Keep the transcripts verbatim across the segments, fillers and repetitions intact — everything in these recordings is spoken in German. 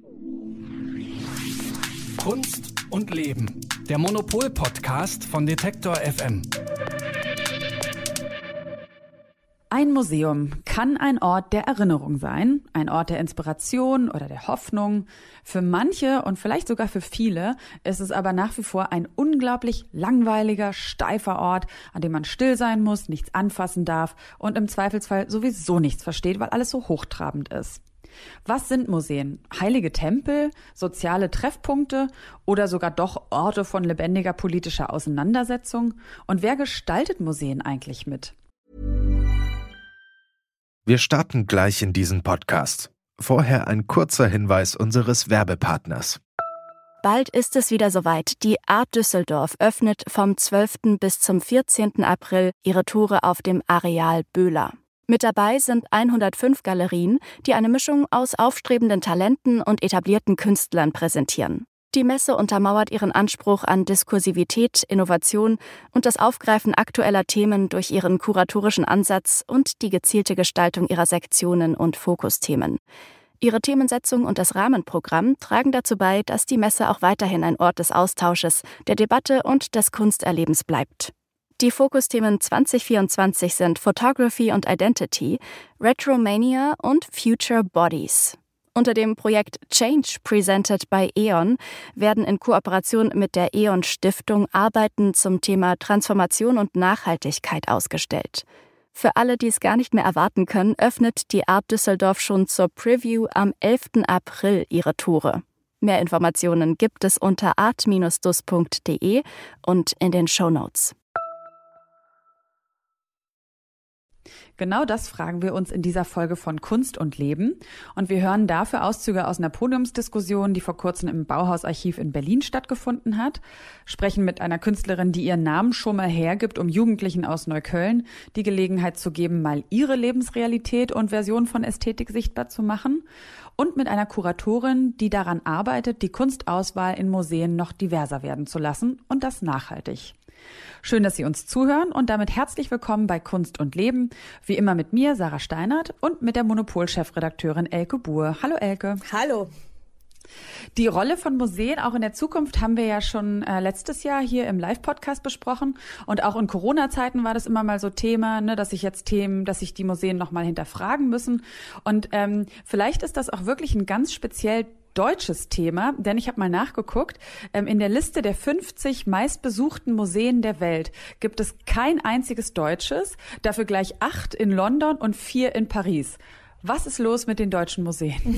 Kunst und Leben, der Monopol-Podcast von Detektor F M. Ein Museum kann ein Ort der Erinnerung sein, ein Ort der Inspiration oder der Hoffnung. Für manche und vielleicht sogar für viele ist es aber nach wie vor ein unglaublich langweiliger, steifer Ort, an dem man still sein muss, nichts anfassen darf und im Zweifelsfall sowieso nichts versteht, weil alles so hochtrabend ist. Was sind Museen? Heilige Tempel, soziale Treffpunkte oder sogar doch Orte von lebendiger politischer Auseinandersetzung? Und wer gestaltet Museen eigentlich mit? Wir starten gleich in diesen Podcast. Vorher ein kurzer Hinweis unseres Werbepartners. Bald ist es wieder soweit. Die Art Düsseldorf öffnet vom zwölften bis zum vierzehnten April ihre Tore auf dem Areal Böhler. Mit dabei sind hundertfünf Galerien, die eine Mischung aus aufstrebenden Talenten und etablierten Künstlern präsentieren. Die Messe untermauert ihren Anspruch an Diskursivität, Innovation und das Aufgreifen aktueller Themen durch ihren kuratorischen Ansatz und die gezielte Gestaltung ihrer Sektionen und Fokusthemen. Ihre Themensetzung und das Rahmenprogramm tragen dazu bei, dass die Messe auch weiterhin ein Ort des Austausches, der Debatte und des Kunsterlebens bleibt. Die Fokusthemen zwanzig vierundzwanzig sind Photography und Identity, Retromania und Future Bodies. Unter dem Projekt Change Presented by E.ON werden in Kooperation mit der E.ON Stiftung Arbeiten zum Thema Transformation und Nachhaltigkeit ausgestellt. Für alle, die es gar nicht mehr erwarten können, öffnet die Art Düsseldorf schon zur Preview am elften April ihre Tore. Mehr Informationen gibt es unter art Bindestrich dus punkt de und in den Shownotes. Genau das fragen wir uns in dieser Folge von Kunst und Leben. Und wir hören dafür Auszüge aus einer Podiumsdiskussion, die vor kurzem im Bauhausarchiv in Berlin stattgefunden hat, sprechen mit einer Künstlerin, die ihren Namen schon mal hergibt, um Jugendlichen aus Neukölln die Gelegenheit zu geben, mal ihre Lebensrealität und Version von Ästhetik sichtbar zu machen, und mit einer Kuratorin, die daran arbeitet, die Kunstauswahl in Museen noch diverser werden zu lassen, und das nachhaltig. Schön, dass Sie uns zuhören und damit herzlich willkommen bei Kunst und Leben. Wie immer mit mir, Sarah Steinert, und mit der Monopol-Chefredakteurin Elke Buhr. Hallo Elke. Hallo. Die Rolle von Museen auch in der Zukunft haben wir ja schon äh, letztes Jahr hier im Live-Podcast besprochen. Und auch in Corona-Zeiten war das immer mal so Thema, ne, dass sich jetzt Themen, dass sich die Museen nochmal hinterfragen müssen. Und ähm, vielleicht ist das auch wirklich ein ganz speziell deutsches Thema, denn ich habe mal nachgeguckt, ähm, in der Liste der fünfzig meistbesuchten Museen der Welt gibt es kein einziges deutsches, dafür gleich acht in London und vier in Paris. Was ist los mit den deutschen Museen?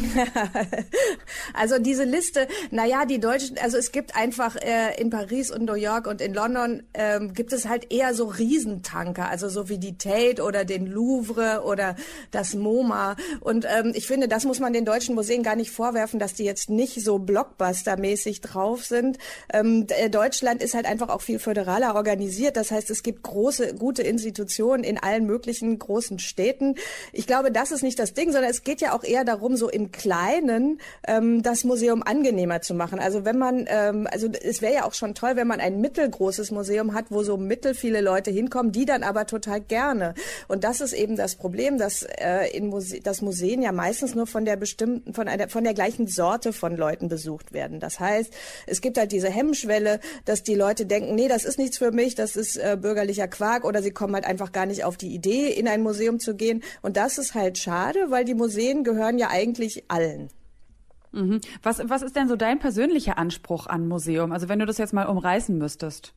Also diese Liste, naja, die deutschen, also es gibt einfach äh, in Paris und New York und in London ähm, gibt es halt eher so Riesentanker, also so wie die Tate oder den Louvre oder das MoMA. Und ähm, ich finde, das muss man den deutschen Museen gar nicht vorwerfen, dass die jetzt nicht so blockbustermäßig drauf sind. Ähm, Deutschland ist halt einfach auch viel föderaler organisiert. Das heißt, es gibt große, gute Institutionen in allen möglichen großen Städten. Ich glaube, das ist nicht das Ding, sondern es geht ja auch eher darum, so im Kleinen ähm, das Museum angenehmer zu machen. Also wenn man, ähm, also es wäre ja auch schon toll, wenn man ein mittelgroßes Museum hat, wo so mittel viele Leute hinkommen, die dann aber total gerne. Und das ist eben das Problem, dass äh, in Muse- dass Museen ja meistens nur von der bestimmten, von einer, von der gleichen Sorte von Leuten besucht werden. Das heißt, es gibt halt diese Hemmschwelle, dass die Leute denken, nee, das ist nichts für mich, das ist äh, bürgerlicher Quark, oder sie kommen halt einfach gar nicht auf die Idee, in ein Museum zu gehen. Und das ist halt schade, weil die Museen gehören ja eigentlich allen. Mhm. Was, was ist denn so dein persönlicher Anspruch an Museum? Also wenn du das jetzt mal umreißen müsstest.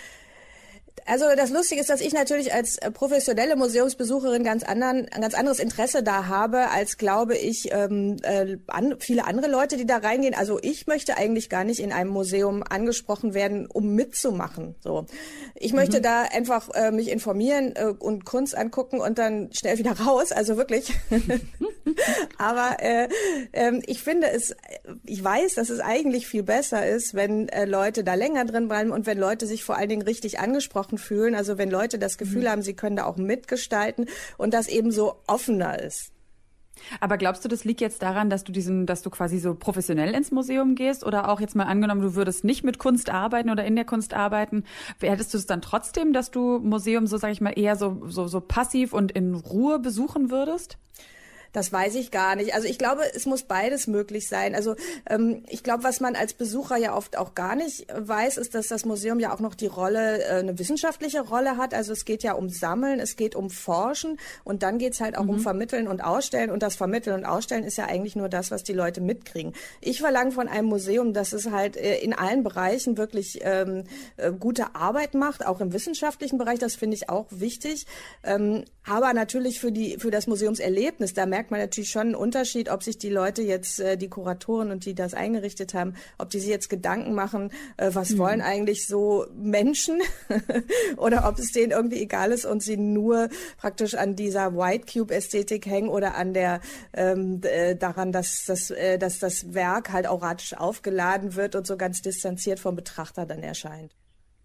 Also das Lustige ist, dass ich natürlich als professionelle Museumsbesucherin ganz anderen, ein ganz anderes Interesse da habe, als, glaube ich, ähm, äh, an, viele andere Leute, die da reingehen. Also ich möchte eigentlich gar nicht in einem Museum angesprochen werden, um mitzumachen. So, ich möchte mhm. da einfach äh, mich informieren äh, und Kunst angucken und dann schnell wieder raus. Also wirklich. Aber äh, äh, ich finde es, ich weiß, dass es eigentlich viel besser ist, wenn äh, Leute da länger drin bleiben und wenn Leute sich vor allen Dingen richtig angesprochen fühlen, also wenn Leute das Gefühl mhm. haben, sie können da auch mitgestalten und das eben so offener ist. Aber glaubst du, das liegt jetzt daran, dass du diesen, dass du quasi so professionell ins Museum gehst, oder auch jetzt mal angenommen, du würdest nicht mit Kunst arbeiten oder in der Kunst arbeiten, hättest du es dann trotzdem, dass du Museum so, sag ich mal, eher so, so, so passiv und in Ruhe besuchen würdest? Das weiß ich gar nicht. Also ich glaube, es muss beides möglich sein. Also ähm, ich glaube, was man als Besucher ja oft auch gar nicht weiß, ist, dass das Museum ja auch noch die Rolle, äh, eine wissenschaftliche Rolle hat. Also es geht ja um Sammeln, es geht um Forschen und dann geht's halt auch mhm. um Vermitteln und Ausstellen. Und das Vermitteln und Ausstellen ist ja eigentlich nur das, was die Leute mitkriegen. Ich verlange von einem Museum, dass es halt äh, in allen Bereichen wirklich ähm, äh, gute Arbeit macht, auch im wissenschaftlichen Bereich. Das finde ich auch wichtig. Ähm, aber natürlich für die für das Museumserlebnis, da merkt man natürlich schon einen Unterschied, ob sich die Leute jetzt, äh, die Kuratoren und die das eingerichtet haben, ob die sich jetzt Gedanken machen, äh, was mhm. wollen eigentlich so Menschen oder ob es denen irgendwie egal ist und sie nur praktisch an dieser White Cube-Ästhetik hängen oder an der ähm, äh, daran, dass, dass, äh, dass das Werk halt auratisch aufgeladen wird und so ganz distanziert vom Betrachter dann erscheint.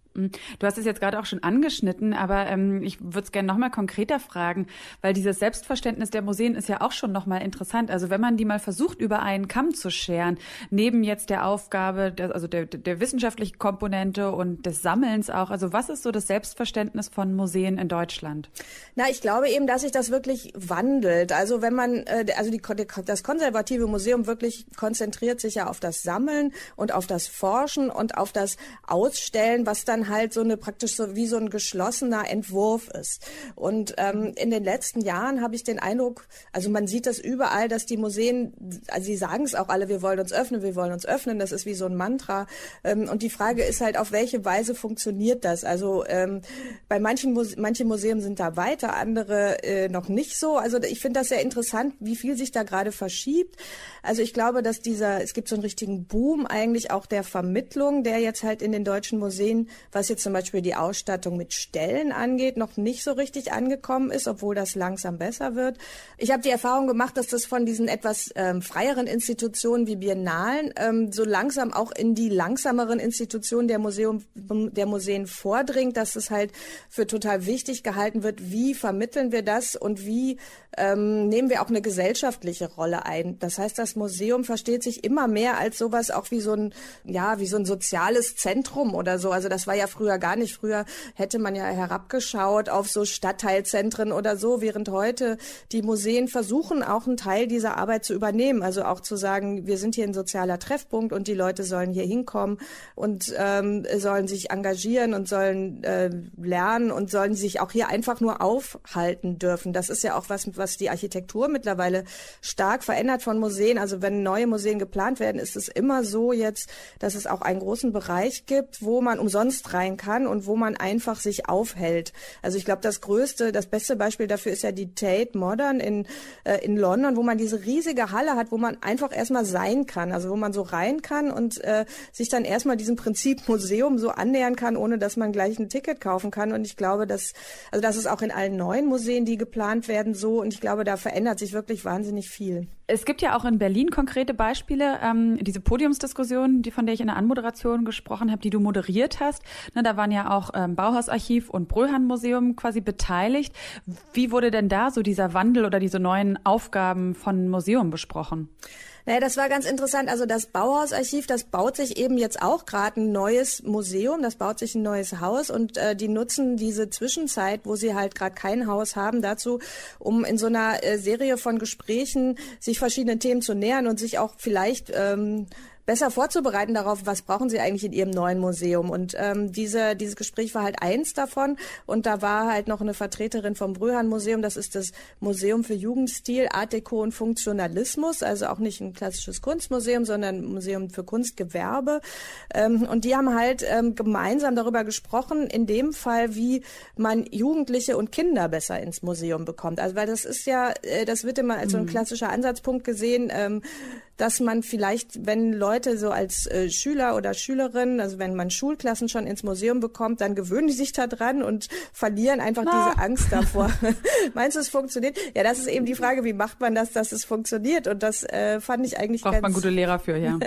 Du hast es jetzt gerade auch schon angeschnitten, aber ähm, ich würde es gerne noch mal konkreter fragen, weil dieses Selbstverständnis der Museen ist ja auch schon noch mal interessant. Also wenn man die mal versucht, über einen Kamm zu scheren, neben jetzt der Aufgabe, der, also der, der wissenschaftlichen Komponente und des Sammelns auch, also was ist so das Selbstverständnis von Museen in Deutschland? Na, ich glaube eben, dass sich das wirklich wandelt. Also wenn man, äh, also die, das konservative Museum wirklich konzentriert sich ja auf das Sammeln und auf das Forschen und auf das Ausstellen, was dann halt so eine praktisch so wie so ein geschlossener Entwurf ist. Und ähm, in den letzten Jahren habe ich den Eindruck, also man sieht das überall, dass die Museen, also sie sagen es auch alle, wir wollen uns öffnen, wir wollen uns öffnen, das ist wie so ein Mantra. Ähm, und die Frage ist halt, auf welche Weise funktioniert das? Also ähm, bei manchen Muse- manche Museen sind da weiter, andere äh, noch nicht so. Also ich finde das sehr interessant, wie viel sich da gerade verschiebt. Also ich glaube, dass dieser, es gibt so einen richtigen Boom eigentlich auch der Vermittlung, der jetzt halt in den deutschen Museen, was jetzt zum Beispiel die Ausstattung mit Stellen angeht, noch nicht so richtig angekommen ist, obwohl das langsam besser wird. Ich habe die Erfahrung gemacht, dass das von diesen etwas ähm, freieren Institutionen wie Biennalen ähm, so langsam auch in die langsameren Institutionen der, Museum, der Museen vordringt, dass es halt für total wichtig gehalten wird, wie vermitteln wir das und wie ähm, nehmen wir auch eine gesellschaftliche Rolle ein. Das heißt, das Museum versteht sich immer mehr als sowas auch wie so ein, ja, wie so ein soziales Zentrum oder so. Also das war ja früher gar nicht. Früher hätte man ja herabgeschaut auf so Stadtteilzentren oder so, während heute die Museen versuchen, auch einen Teil dieser Arbeit zu übernehmen. Also auch zu sagen, wir sind hier ein sozialer Treffpunkt und die Leute sollen hier hinkommen und ähm, sollen sich engagieren und sollen äh, lernen und sollen sich auch hier einfach nur aufhalten dürfen. Das ist ja auch was, was die Architektur mittlerweile stark verändert von Museen. Also wenn neue Museen geplant werden, ist es immer so jetzt, dass es auch einen großen Bereich gibt, wo man umsonst rein kann und wo man einfach sich aufhält. Also ich glaube, das größte, das beste Beispiel dafür ist ja die Tate Modern in äh, in London, wo man diese riesige Halle hat, wo man einfach erstmal sein kann, also wo man so rein kann und äh, sich dann erstmal diesem Prinzip Museum so annähern kann, ohne dass man gleich ein Ticket kaufen kann. Und ich glaube, dass also das ist auch in allen neuen Museen, die geplant werden, so. Und ich glaube, da verändert sich wirklich wahnsinnig viel. Es gibt ja auch in Berlin konkrete Beispiele, ähm, diese Podiumsdiskussion, die von der ich in der Anmoderation gesprochen habe, die du moderiert hast. Ne, da waren ja auch ähm, Bauhausarchiv und Bröhan-Museum quasi beteiligt. Wie wurde denn da so dieser Wandel oder diese neuen Aufgaben von Museum besprochen? Naja, das war ganz interessant. Also das Bauhausarchiv, das baut sich eben jetzt auch gerade ein neues Museum, das baut sich ein neues Haus und äh, die nutzen diese Zwischenzeit, wo sie halt gerade kein Haus haben, dazu, um in so einer äh, Serie von Gesprächen sich verschiedenen Themen zu nähern und sich auch vielleicht ähm, besser vorzubereiten darauf, was brauchen sie eigentlich in ihrem neuen Museum. Und ähm, diese dieses Gespräch war halt eins davon. Und da war halt noch eine Vertreterin vom Bröhan-Museum. Das ist das Museum für Jugendstil, Art Deco und Funktionalismus. Also auch nicht ein klassisches Kunstmuseum, sondern ein Museum für Kunstgewerbe. Ähm, und die haben halt ähm, gemeinsam darüber gesprochen, in dem Fall, wie man Jugendliche und Kinder besser ins Museum bekommt. Also weil das ist ja, äh, das wird immer als so ein klassischer Ansatzpunkt gesehen, ähm, dass man vielleicht, wenn Leute so als äh, Schüler oder Schülerin, also wenn man Schulklassen schon ins Museum bekommt, dann gewöhnen die sich da dran und verlieren einfach ah. diese Angst davor. Meinst du, es funktioniert? Ja, das ist eben die Frage, wie macht man das, dass es funktioniert? Und das äh, fand ich eigentlich braucht ganz... Braucht man gute Lehrer für, ja.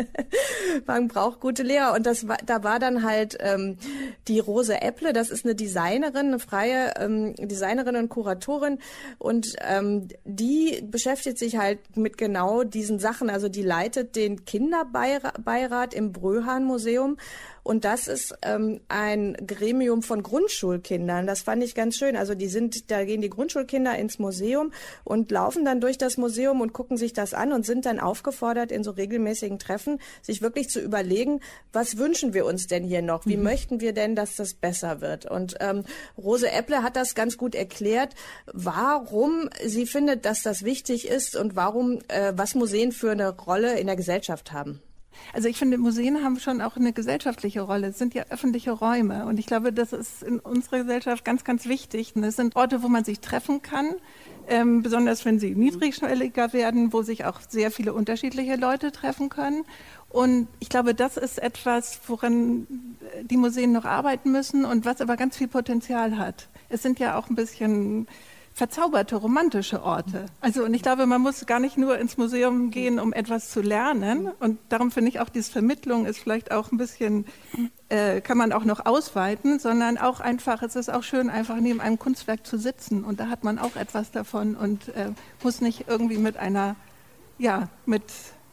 Man braucht gute Lehrer. Und das war, da war dann halt ähm, die Rose Epple, das ist eine Designerin, eine freie ähm, Designerin und Kuratorin. Und ähm, die beschäftigt sich halt mit genau diesen Sachen, also die die leitet den Kinderbeirat im Bröhan-Museum. Und das ist ähm, ein Gremium von Grundschulkindern. Das fand ich ganz schön. Also die sind, da gehen die Grundschulkinder ins Museum und laufen dann durch das Museum und gucken sich das an und sind dann aufgefordert, in so regelmäßigen Treffen sich wirklich zu überlegen, was wünschen wir uns denn hier noch? Wie mhm. möchten wir denn, dass das besser wird? Und ähm, Rose Epple hat das ganz gut erklärt, warum sie findet, dass das wichtig ist und warum, äh, was Museen für eine Rolle in der Gesellschaft haben. Also ich finde, Museen haben schon auch eine gesellschaftliche Rolle. Es sind ja öffentliche Räume. Und ich glaube, das ist in unserer Gesellschaft ganz, ganz wichtig. Und es sind Orte, wo man sich treffen kann, ähm, besonders wenn sie niedrigschwelliger werden, wo sich auch sehr viele unterschiedliche Leute treffen können. Und ich glaube, das ist etwas, woran die Museen noch arbeiten müssen und was aber ganz viel Potenzial hat. Es sind ja auch ein bisschen verzauberte, romantische Orte. Also, und ich glaube, man muss gar nicht nur ins Museum gehen, um etwas zu lernen. Und darum finde ich auch, diese Vermittlung ist vielleicht auch ein bisschen, äh, kann man auch noch ausweiten, sondern auch einfach, es ist auch schön, einfach neben einem Kunstwerk zu sitzen. Und da hat man auch etwas davon und äh, muss nicht irgendwie mit einer, ja, mit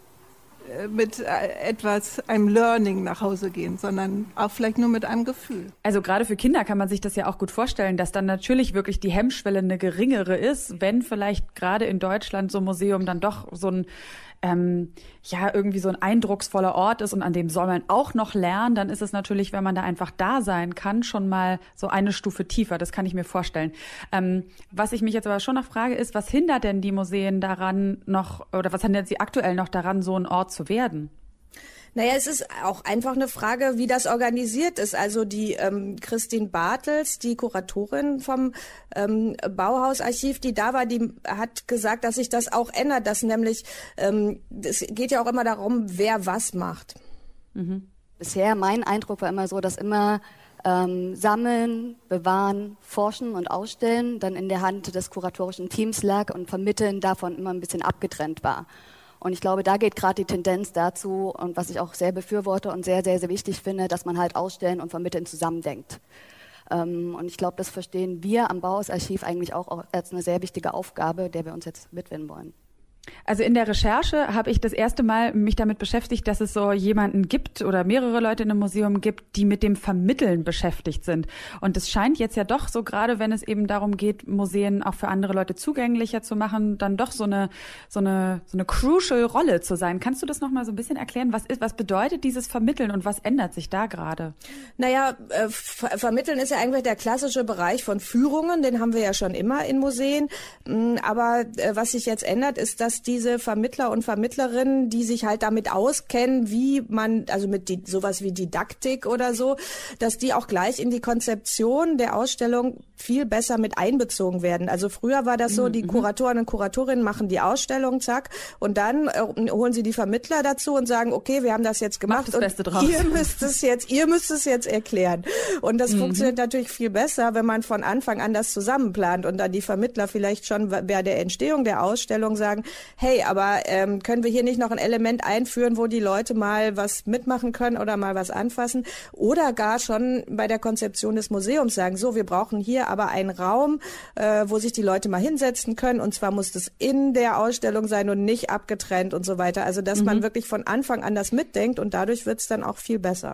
mit etwas, einem Learning nach Hause gehen, sondern auch vielleicht nur mit einem Gefühl. Also gerade für Kinder kann man sich das ja auch gut vorstellen, dass dann natürlich wirklich die Hemmschwelle eine geringere ist, wenn vielleicht gerade in Deutschland so ein Museum dann doch so ein ähm, ja irgendwie so ein eindrucksvoller Ort ist und an dem soll man auch noch lernen, dann ist es natürlich, wenn man da einfach da sein kann, schon mal so eine Stufe tiefer. Das kann ich mir vorstellen. Ähm, was ich mich jetzt aber schon noch frage, ist, was hindert denn die Museen daran noch, oder was hindert sie aktuell noch daran, so ein Ort zu werden? Naja, es ist auch einfach eine Frage, wie das organisiert ist. Also die ähm, Christine Bartels, die Kuratorin vom ähm, Bauhausarchiv, die da war, die hat gesagt, dass sich das auch ändert, dass nämlich, ähm, es geht ja auch immer darum, wer was macht. Mhm. Bisher, mein Eindruck war immer so, dass immer ähm, Sammeln, Bewahren, Forschen und Ausstellen dann in der Hand des kuratorischen Teams lag und Vermitteln davon immer ein bisschen abgetrennt war. Und ich glaube, da geht gerade die Tendenz dazu, und was ich auch sehr befürworte und sehr, sehr, sehr wichtig finde, dass man halt Ausstellen und Vermitteln zusammendenkt. Ähm, und ich glaube, das verstehen wir am Bauhausarchiv eigentlich auch als eine sehr wichtige Aufgabe, der wir uns jetzt widmen wollen. Also in der Recherche habe ich das erste Mal mich damit beschäftigt, dass es so jemanden gibt oder mehrere Leute in einem Museum gibt, die mit dem Vermitteln beschäftigt sind. Und es scheint jetzt ja doch so, gerade wenn es eben darum geht, Museen auch für andere Leute zugänglicher zu machen, dann doch so eine so eine so eine crucial Rolle zu sein. Kannst du das noch mal so ein bisschen erklären? Was ist, was bedeutet dieses Vermitteln und was ändert sich da gerade? Naja, äh, ver- Vermitteln ist ja eigentlich der klassische Bereich von Führungen, den haben wir ja schon immer in Museen. Aber äh, was sich jetzt ändert, ist, dass diese Vermittler und Vermittlerinnen, die sich halt damit auskennen, wie man, also mit die, sowas wie Didaktik oder so, dass die auch gleich in die Konzeption der Ausstellung viel besser mit einbezogen werden. Also früher war das so, die Kuratoren und Kuratorinnen machen die Ausstellung, zack, und dann äh, holen sie die Vermittler dazu und sagen, okay, wir haben das jetzt gemacht Macht das Beste draus. Ihr müsst es jetzt, ihr müsst es jetzt erklären. Und das mhm. funktioniert natürlich viel besser, wenn man von Anfang an das zusammenplant und dann die Vermittler vielleicht schon bei der Entstehung der Ausstellung sagen, hey, aber ähm, können wir hier nicht noch ein Element einführen, wo die Leute mal was mitmachen können oder mal was anfassen? Oder gar schon bei der Konzeption des Museums sagen, so, wir brauchen hier aber einen Raum, äh, wo sich die Leute mal hinsetzen können. Und zwar muss das in der Ausstellung sein und nicht abgetrennt und so weiter. Also, dass mhm. man wirklich von Anfang an das mitdenkt und dadurch wird es dann auch viel besser.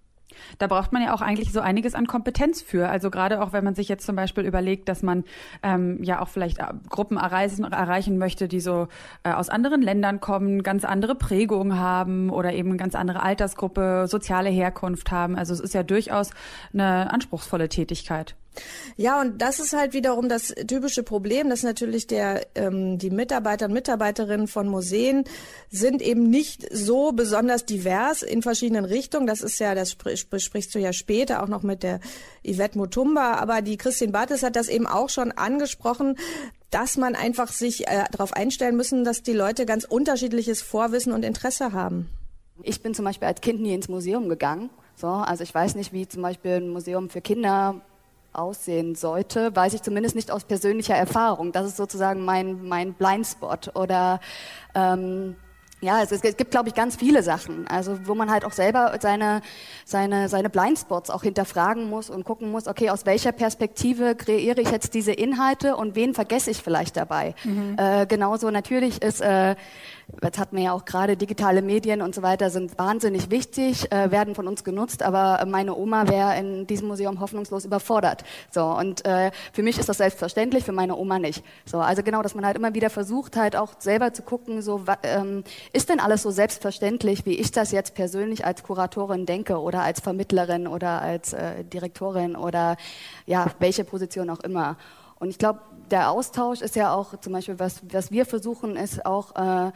Da braucht man ja auch eigentlich so einiges an Kompetenz für. Also gerade auch, wenn man sich jetzt zum Beispiel überlegt, dass man ähm, ja auch vielleicht Gruppen erreichen, erreichen möchte, die so äh, aus anderen Ländern kommen, ganz andere Prägungen haben oder eben eine ganz andere Altersgruppe, soziale Herkunft haben. Also es ist ja durchaus eine anspruchsvolle Tätigkeit. Ja, und das ist halt wiederum das typische Problem, dass natürlich der ähm, die Mitarbeiter und Mitarbeiterinnen von Museen sind eben nicht so besonders divers in verschiedenen Richtungen. Das ist ja, das besprichst du ja später auch noch mit der Yvette Mutumba, aber die Christine Bartels hat das eben auch schon angesprochen, dass man einfach sich äh, darauf einstellen müssen, dass die Leute ganz unterschiedliches Vorwissen und Interesse haben. Ich bin zum Beispiel als Kind nie ins Museum gegangen. So, also ich weiß nicht, wie zum Beispiel ein Museum für Kinder aussehen sollte, weiß ich zumindest nicht aus persönlicher Erfahrung. Das ist sozusagen mein mein Blindspot. Oder ähm, ja, es, es gibt, glaube ich, ganz viele Sachen, also wo man halt auch selber seine seine seine Blindspots auch hinterfragen muss und gucken muss, okay, aus welcher Perspektive kreiere ich jetzt diese Inhalte und wen vergesse ich vielleicht dabei? Mhm. Äh, genauso natürlich ist äh, jetzt hat man ja auch gerade digitale Medien und so weiter sind wahnsinnig wichtig, äh, werden von uns genutzt, aber meine Oma wäre in diesem Museum hoffnungslos überfordert. So, und äh, für mich ist das selbstverständlich, für meine Oma nicht. So, also genau, dass man halt immer wieder versucht, halt auch selber zu gucken, so ähm, ist denn alles so selbstverständlich, wie ich das jetzt persönlich als Kuratorin denke oder als Vermittlerin oder als äh, Direktorin oder ja, welche Position auch immer. Und ich glaube, der Austausch ist ja auch zum Beispiel, was, was wir versuchen, ist auch äh,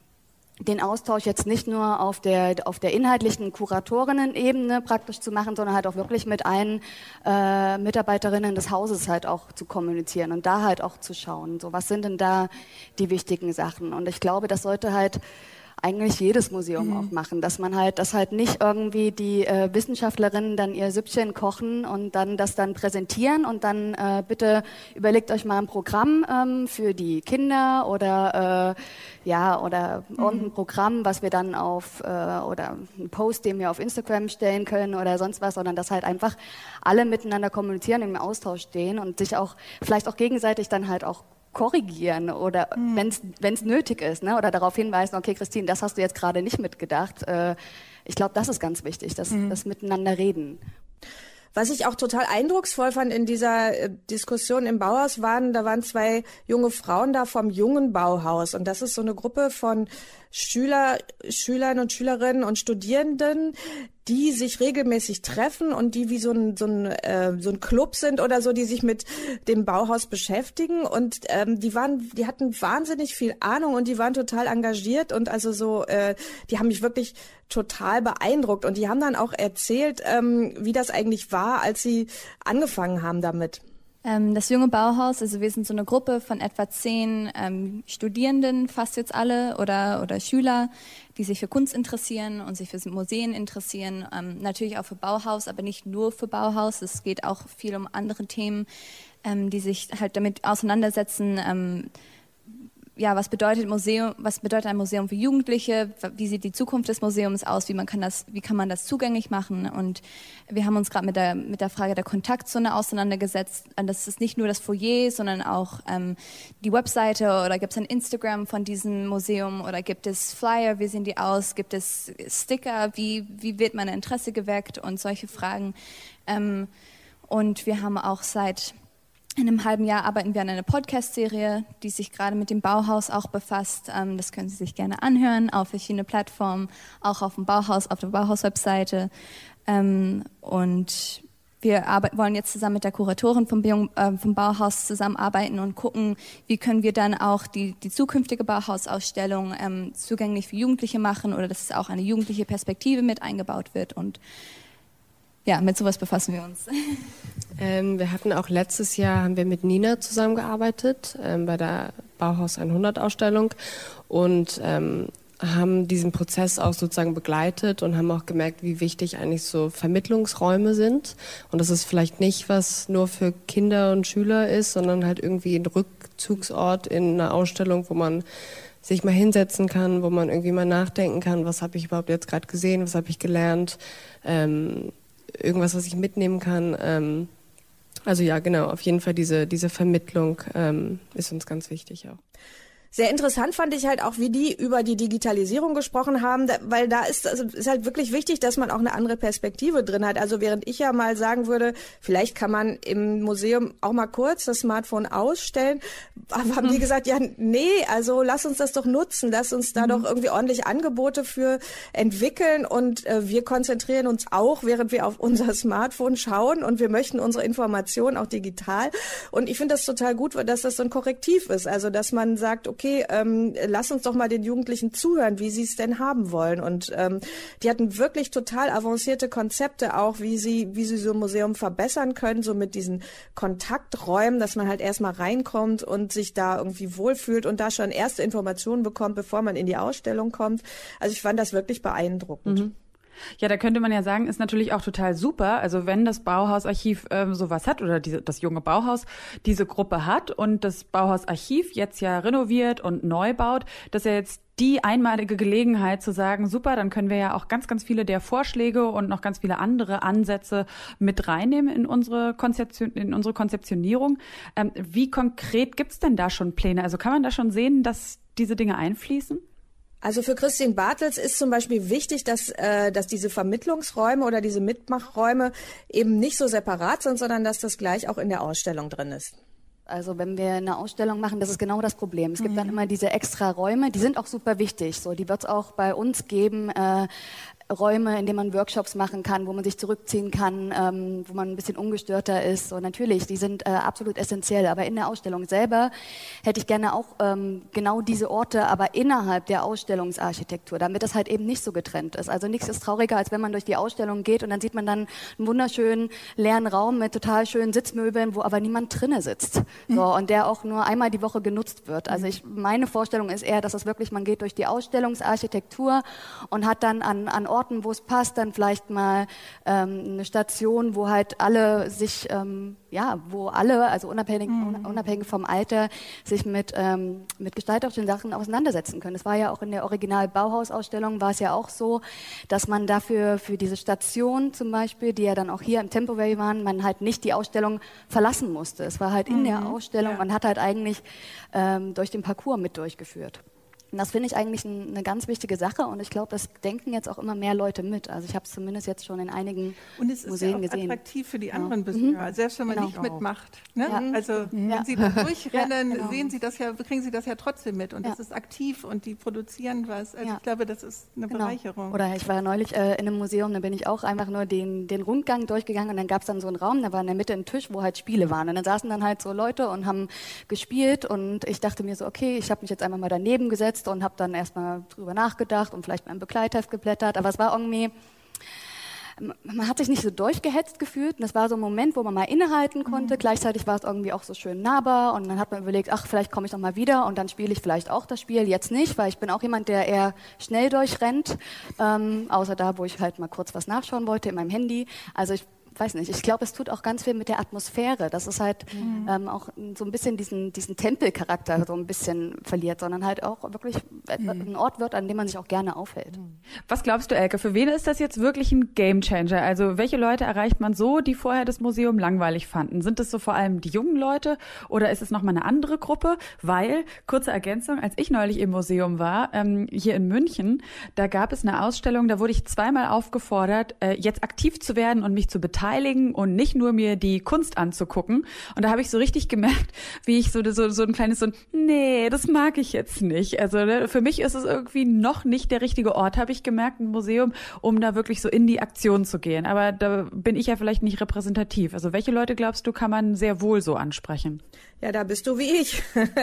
den Austausch jetzt nicht nur auf der, auf der inhaltlichen Kuratorinnen-Ebene praktisch zu machen, sondern halt auch wirklich mit allen äh, Mitarbeiterinnen des Hauses halt auch zu kommunizieren und da halt auch zu schauen, so was sind denn da die wichtigen Sachen. Und ich glaube, das sollte halt eigentlich jedes Museum mhm. auch machen, dass man halt, dass halt nicht irgendwie die äh, Wissenschaftlerinnen dann ihr Süppchen kochen und dann das dann präsentieren und dann äh, bitte überlegt euch mal ein Programm ähm, für die Kinder oder äh, ja oder mhm. und ein Programm, was wir dann auf äh, oder einen Post, den wir auf Instagram stellen können oder sonst was, sondern dass halt einfach alle miteinander kommunizieren, im Austausch stehen und sich auch vielleicht auch gegenseitig dann halt auch korrigieren oder mhm. wenn es nötig ist, ne? Oder darauf hinweisen, okay, Christine, das hast du jetzt gerade nicht mitgedacht. Äh, ich glaube, das ist ganz wichtig, dass mhm. das Miteinander reden. Was ich auch total eindrucksvoll fand in dieser äh, Diskussion im Bauhaus waren, da waren zwei junge Frauen da vom Jungen Bauhaus und das ist so eine Gruppe von Schüler, Schülern und Schülerinnen und Studierenden, die sich regelmäßig treffen und die wie so ein so ein äh, so ein Club sind oder so, die sich mit dem Bauhaus beschäftigen und ähm, die waren, die hatten wahnsinnig viel Ahnung und die waren total engagiert und also so, äh, die haben mich wirklich total beeindruckt und die haben dann auch erzählt, ähm, wie das eigentlich war, als sie angefangen haben damit. Das junge Bauhaus, also wir sind so eine Gruppe von etwa zehn ähm, Studierenden, fast jetzt alle, oder oder Schüler, die sich für Kunst interessieren und sich für Museen interessieren. Ähm, natürlich auch für Bauhaus, aber nicht nur für Bauhaus. Es geht auch viel um andere Themen, ähm, die sich halt damit auseinandersetzen. Ähm, ja, was bedeutet Museum, was bedeutet ein Museum für Jugendliche? Wie sieht die Zukunft des Museums aus? Wie man kann das, wie kann man das zugänglich machen? Und wir haben uns gerade mit der mit der Frage der Kontaktzone auseinandergesetzt. Und das ist nicht nur das Foyer, sondern auch ähm, die Webseite oder gibt es ein Instagram von diesem Museum oder gibt es Flyer? Wie sehen die aus? Gibt es Sticker? Wie wie wird mein Interesse geweckt? Und solche Fragen. Ähm, und wir haben auch seit In einem halben Jahr arbeiten wir an einer Podcast-Serie, die sich gerade mit dem Bauhaus auch befasst. Das können Sie sich gerne anhören auf verschiedene Plattformen, auch auf dem Bauhaus, auf der Bauhaus-Webseite. Und wir arbeiten, wollen jetzt zusammen mit der Kuratorin vom, vom Bauhaus zusammenarbeiten und gucken, wie können wir dann auch die, die zukünftige Bauhausausstellung ähm, zugänglich für Jugendliche machen oder dass es auch eine jugendliche Perspektive mit eingebaut wird. Und ja, mit sowas befassen wir uns. Ähm, wir hatten auch letztes Jahr, haben wir mit Nina zusammengearbeitet ähm, bei der Bauhaus hundert Ausstellung und ähm, haben diesen Prozess auch sozusagen begleitet und haben auch gemerkt, wie wichtig eigentlich so Vermittlungsräume sind. Und das ist vielleicht nicht, was nur für Kinder und Schüler ist, sondern halt irgendwie ein Rückzugsort in einer Ausstellung, wo man sich mal hinsetzen kann, wo man irgendwie mal nachdenken kann, was habe ich überhaupt jetzt gerade gesehen, was habe ich gelernt, ähm, irgendwas, was ich mitnehmen kann. Ähm, also ja, genau, auf jeden Fall diese, diese Vermittlung ähm, ist uns ganz wichtig auch. Sehr interessant fand ich halt auch, wie die über die Digitalisierung gesprochen haben, weil da ist, also ist halt wirklich wichtig, dass man auch eine andere Perspektive drin hat. Also während ich ja mal sagen würde, vielleicht kann man im Museum auch mal kurz das Smartphone ausstellen, haben die gesagt, ja, nee, also lass uns das doch nutzen, lass uns da mhm. doch irgendwie ordentlich Angebote für entwickeln und äh, wir konzentrieren uns auch, während wir auf unser Smartphone schauen und wir möchten unsere Informationen auch digital. Und ich finde das total gut, dass das so ein Korrektiv ist, also dass man sagt, okay, okay, ähm, lass uns doch mal den Jugendlichen zuhören, wie sie es denn haben wollen. Und ähm, die hatten wirklich total avancierte Konzepte auch, wie sie, wie sie so ein Museum verbessern können, so mit diesen Kontakträumen, dass man halt erstmal reinkommt und sich da irgendwie wohlfühlt und da schon erste Informationen bekommt, bevor man in die Ausstellung kommt. Also ich fand das wirklich beeindruckend. Mhm. Ja, da könnte man ja sagen, ist natürlich auch total super. Also wenn das Bauhausarchiv ähm, sowas hat oder diese, das junge Bauhaus diese Gruppe hat und das Bauhausarchiv jetzt ja renoviert und neu baut, dass ja jetzt die einmalige Gelegenheit zu sagen, super, dann können wir ja auch ganz, ganz viele der Vorschläge und noch ganz viele andere Ansätze mit reinnehmen in unsere Konzeption, in unsere Konzeptionierung. Ähm, wie konkret gibt's denn da schon Pläne? Also kann man da schon sehen, dass diese Dinge einfließen? Also für Christine Bartels ist zum Beispiel wichtig, dass, äh, dass diese Vermittlungsräume oder diese Mitmachräume eben nicht so separat sind, sondern dass das gleich auch in der Ausstellung drin ist. Also wenn wir eine Ausstellung machen, das ist genau das Problem. Es gibt mhm. dann immer diese extra Räume, die sind auch super wichtig. So, die wird es auch bei uns geben. Äh, Räume, in denen man Workshops machen kann, wo man sich zurückziehen kann, ähm, wo man ein bisschen ungestörter ist. So, natürlich, die sind äh, absolut essentiell. Aber in der Ausstellung selber hätte ich gerne auch ähm, genau diese Orte, aber innerhalb der Ausstellungsarchitektur, damit das halt eben nicht so getrennt ist. Also nichts ist trauriger, als wenn man durch die Ausstellung geht und dann sieht man dann einen wunderschönen leeren Raum mit total schönen Sitzmöbeln, wo aber niemand drinne sitzt. So, mhm. und der auch nur einmal die Woche genutzt wird. Also ich, meine Vorstellung ist eher, dass das wirklich, man geht durch die Ausstellungsarchitektur und hat dann an, an Orten, wo es passt, dann vielleicht mal ähm, eine Station, wo halt alle sich, ähm, ja, wo alle, also unabhängig, mhm. unabhängig vom Alter, sich mit, ähm, mit gestalterischen Sachen auseinandersetzen können. Das war ja auch in der Original-Bauhaus-Ausstellung, war es ja auch so, dass man dafür, für diese Station zum Beispiel, die ja dann auch hier im Temporary waren, man halt nicht die Ausstellung verlassen musste. Es war halt in mhm. der Ausstellung, ja. man hat halt eigentlich ähm, durch den Parcours mit durchgeführt. Und das finde ich eigentlich ein, eine ganz wichtige Sache und ich glaube, das denken jetzt auch immer mehr Leute mit. Also ich habe es zumindest jetzt schon in einigen Museen gesehen. Und es ist ja auch gesehen. attraktiv für die anderen ja. Besucher, mhm. selbst wenn man genau. nicht mitmacht. Ne? Ja. Also mhm. wenn Sie da durchrennen, ja, genau. sehen Sie das ja, kriegen Sie das ja trotzdem mit und ja. das ist aktiv und die produzieren was. Also ja. ich glaube, das ist eine genau. Bereicherung. Oder ich war neulich äh, in einem Museum, da bin ich auch einfach nur den, den Rundgang durchgegangen und dann gab es dann so einen Raum, da war in der Mitte ein Tisch, wo halt Spiele waren und dann saßen dann halt so Leute und haben gespielt und ich dachte mir so, okay, ich habe mich jetzt einfach mal daneben gesetzt und habe dann erstmal drüber nachgedacht und vielleicht mal im Begleitheft geblättert, aber es war irgendwie, man hat sich nicht so durchgehetzt gefühlt und es war so ein Moment, wo man mal innehalten konnte, mhm. gleichzeitig war es irgendwie auch so schön nahbar und dann hat man überlegt, ach, vielleicht komme ich noch mal wieder und dann spiele ich vielleicht auch das Spiel, jetzt nicht, weil ich bin auch jemand, der eher schnell durchrennt, ähm, außer da, wo ich halt mal kurz was nachschauen wollte in meinem Handy, also ich weiß nicht, ich glaube, es tut auch ganz viel mit der Atmosphäre, dass es halt mhm. ähm, auch so ein bisschen diesen, diesen Tempelcharakter so ein bisschen verliert, sondern halt auch wirklich mhm. ein Ort wird, an dem man sich auch gerne aufhält. Was glaubst du, Elke, für wen ist das jetzt wirklich ein Gamechanger? Also welche Leute erreicht man so, die vorher das Museum langweilig fanden? Sind es so vor allem die jungen Leute oder ist es nochmal eine andere Gruppe? Weil, kurze Ergänzung, als ich neulich im Museum war, ähm, hier in München, da gab es eine Ausstellung, da wurde ich zweimal aufgefordert, äh, jetzt aktiv zu werden und mich zu beteiligen und nicht nur mir die Kunst anzugucken. Und da habe ich so richtig gemerkt, wie ich so so, so ein kleines so ein, nee, das mag ich jetzt nicht. Also ne, für mich ist es irgendwie noch nicht der richtige Ort, habe ich gemerkt, ein Museum, um da wirklich so in die Aktion zu gehen. Aber da bin ich ja vielleicht nicht repräsentativ. Also welche Leute, glaubst du, kann man sehr wohl so ansprechen? Ja, da bist du wie ich.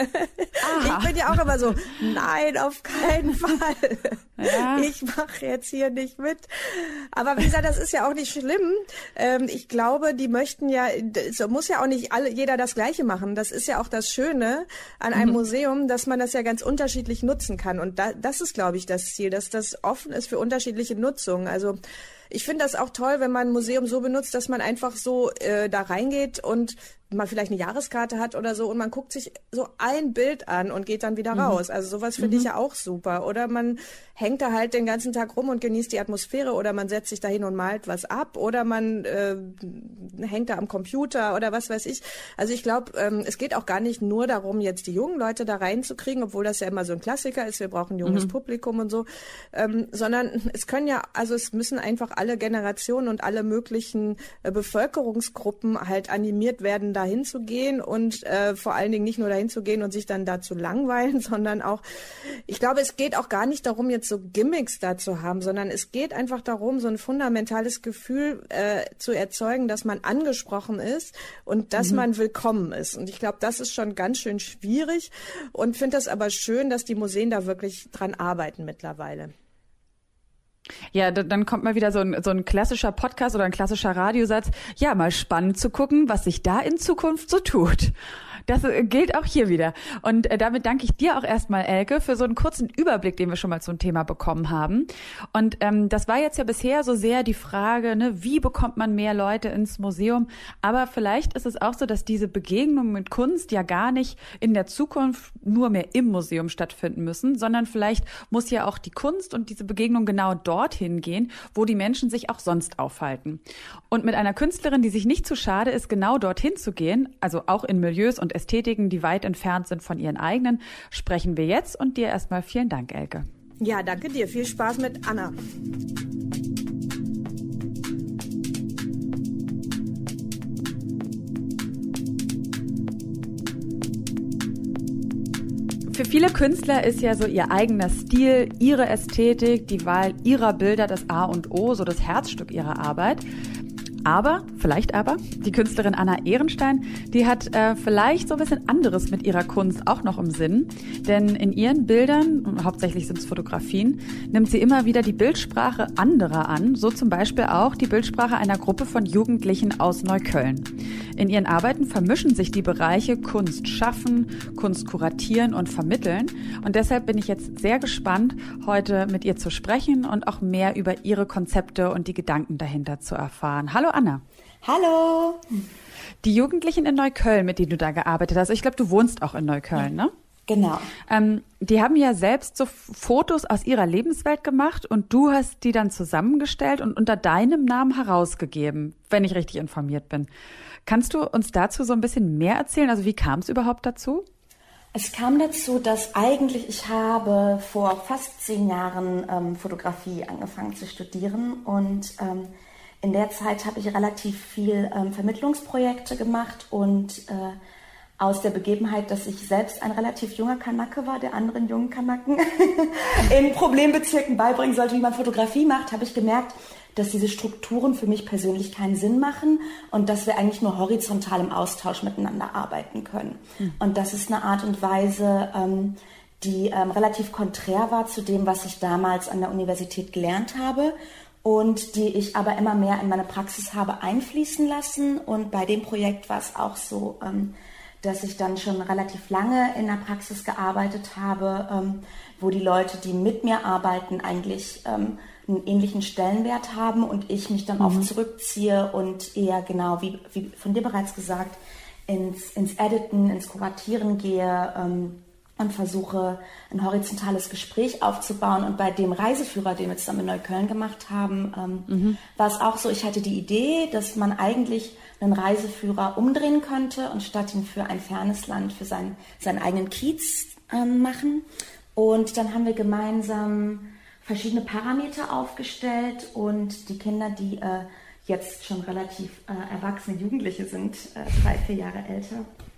Ich bin ja auch immer so, nein, auf keinen Fall. Ja. Ich mache jetzt hier nicht mit. Aber wie gesagt, das ist ja auch nicht schlimm. Ähm, ich glaube, die möchten ja, es muss ja auch nicht alle, jeder das Gleiche machen. Das ist ja auch das Schöne an einem mhm. Museum, dass man das ja ganz unterschiedlich nutzen kann. Und da, das ist, glaube ich, das Ziel, dass das offen ist für unterschiedliche Nutzungen. Also ich finde das auch toll, wenn man ein Museum so benutzt, dass man einfach so äh, da reingeht und man vielleicht eine Jahreskarte hat oder so und man guckt sich so ein Bild an und geht dann wieder mhm. raus. Also sowas finde mhm. ich ja auch super. Oder man hängt da halt den ganzen Tag rum und genießt die Atmosphäre oder man setzt sich da hin und malt was ab oder man äh, hängt da am Computer oder was weiß ich. Also ich glaube, ähm, es geht auch gar nicht nur darum, jetzt die jungen Leute da reinzukriegen, obwohl das ja immer so ein Klassiker ist, wir brauchen junges mhm. Publikum und so, ähm, sondern es können ja, also es müssen einfach alle Generationen und alle möglichen äh, Bevölkerungsgruppen halt animiert werden, da hinzugehen und äh, vor allen Dingen nicht nur dahin zu gehen und sich dann da zu langweilen, sondern auch, ich glaube, es geht auch gar nicht darum, jetzt so Gimmicks da zu haben, sondern es geht einfach darum, so ein fundamentales Gefühl äh, zu erzeugen, dass man angesprochen ist und dass mhm. man willkommen ist. Und ich glaube, das ist schon ganz schön schwierig und finde das aber schön, dass die Museen da wirklich dran arbeiten mittlerweile. Ja, dann kommt mal wieder so ein, so ein klassischer Podcast oder ein klassischer Radiosatz. Ja, mal spannend zu gucken, was sich da in Zukunft so tut. Das gilt auch hier wieder. Und äh, damit danke ich dir auch erstmal, Elke, für so einen kurzen Überblick, den wir schon mal zum Thema bekommen haben. Und ähm, das war jetzt ja bisher so sehr die Frage, ne, wie bekommt man mehr Leute ins Museum? Aber vielleicht ist es auch so, dass diese Begegnungen mit Kunst ja gar nicht in der Zukunft nur mehr im Museum stattfinden müssen, sondern vielleicht muss ja auch die Kunst und diese Begegnung genau dorthin gehen, wo die Menschen sich auch sonst aufhalten. Und mit einer Künstlerin, die sich nicht zu schade ist, genau dorthin zu gehen, also auch in Milieus und Ästhetiken, die weit entfernt sind von ihren eigenen, sprechen wir jetzt und dir erstmal vielen Dank, Elke. Ja, danke dir. Viel Spaß mit Anna. Für viele Künstler ist ja so ihr eigener Stil, ihre Ästhetik, die Wahl ihrer Bilder das A und O, so das Herzstück ihrer Arbeit. Aber, vielleicht aber, die Künstlerin Anna Ehrenstein, die hat äh, vielleicht so ein bisschen anderes mit ihrer Kunst auch noch im Sinn. Denn in ihren Bildern, und hauptsächlich sind es Fotografien, nimmt sie immer wieder die Bildsprache anderer an, so zum Beispiel auch die Bildsprache einer Gruppe von Jugendlichen aus Neukölln. In ihren Arbeiten vermischen sich die Bereiche Kunst schaffen, Kunst kuratieren und vermitteln. Und deshalb bin ich jetzt sehr gespannt, heute mit ihr zu sprechen und auch mehr über ihre Konzepte und die Gedanken dahinter zu erfahren. Hallo Anna. Hallo. Die Jugendlichen in Neukölln, mit denen du da gearbeitet hast, ich glaube, du wohnst auch in Neukölln, ne? Genau. Ähm, die haben ja selbst so Fotos aus ihrer Lebenswelt gemacht und du hast die dann zusammengestellt und unter deinem Namen herausgegeben, wenn ich richtig informiert bin. Kannst du uns dazu so ein bisschen mehr erzählen? Also wie kam es überhaupt dazu? Es kam dazu, dass eigentlich ich habe vor fast zehn Jahren ähm, Fotografie angefangen zu studieren und ähm, in der Zeit habe ich relativ viel ähm, Vermittlungsprojekte gemacht und äh, aus der Begebenheit, dass ich selbst ein relativ junger Kanake war, der anderen jungen Kanaken in Problembezirken beibringen sollte, wie man Fotografie macht, habe ich gemerkt, dass diese Strukturen für mich persönlich keinen Sinn machen und dass wir eigentlich nur horizontal im Austausch miteinander arbeiten können. Mhm. Und das ist eine Art und Weise, ähm, die ähm, relativ konträr war zu dem, was ich damals an der Universität gelernt habe und die ich aber immer mehr in meine Praxis habe einfließen lassen. Und bei dem Projekt war es auch so, ähm, dass ich dann schon relativ lange in der Praxis gearbeitet habe, ähm, wo die Leute, die mit mir arbeiten, eigentlich ähm, einen ähnlichen Stellenwert haben und ich mich dann mhm. oft zurückziehe und eher genau, wie, wie von dir bereits gesagt, ins, ins Editen, ins Kuratieren gehe ähm, und versuche, ein horizontales Gespräch aufzubauen. Und bei dem Reiseführer, den wir zusammen in Neukölln gemacht haben, ähm, mhm. war es auch so, ich hatte die Idee, dass man eigentlich einen Reiseführer umdrehen könnte und statt ihn für ein fernes Land, für sein, seinen eigenen Kiez ähm, machen. Und dann haben wir gemeinsam verschiedene Parameter aufgestellt und die Kinder, die äh, jetzt schon relativ äh, erwachsene Jugendliche sind, äh, drei, vier Jahre älter,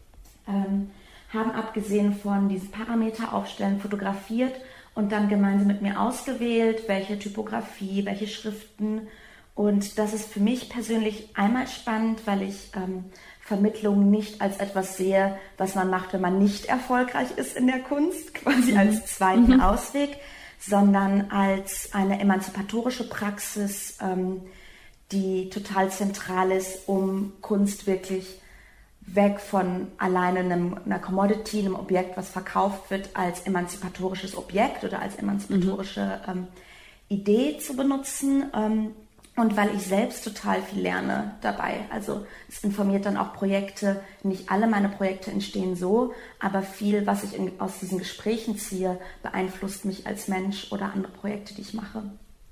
ähm, haben abgesehen von diesen Parameter aufstellen fotografiert und dann gemeinsam mit mir ausgewählt, welche Typografie, welche Schriften. Und das ist für mich persönlich einmal spannend, weil ich ähm, Vermittlung nicht als etwas sehe, was man macht, wenn man nicht erfolgreich ist in der Kunst, quasi mhm. als zweiten mhm. Ausweg, sondern als eine emanzipatorische Praxis, ähm, die total zentral ist, um Kunst wirklich weg von alleine einem, einer Commodity, einem Objekt, was verkauft wird, als emanzipatorisches Objekt oder als emanzipatorische mhm. ähm, Idee zu benutzen. Ähm, und weil ich selbst total viel lerne dabei. Also es informiert dann auch Projekte. Nicht alle meine Projekte entstehen so, aber viel, was ich in, aus diesen Gesprächen ziehe, beeinflusst mich als Mensch oder andere Projekte, die ich mache.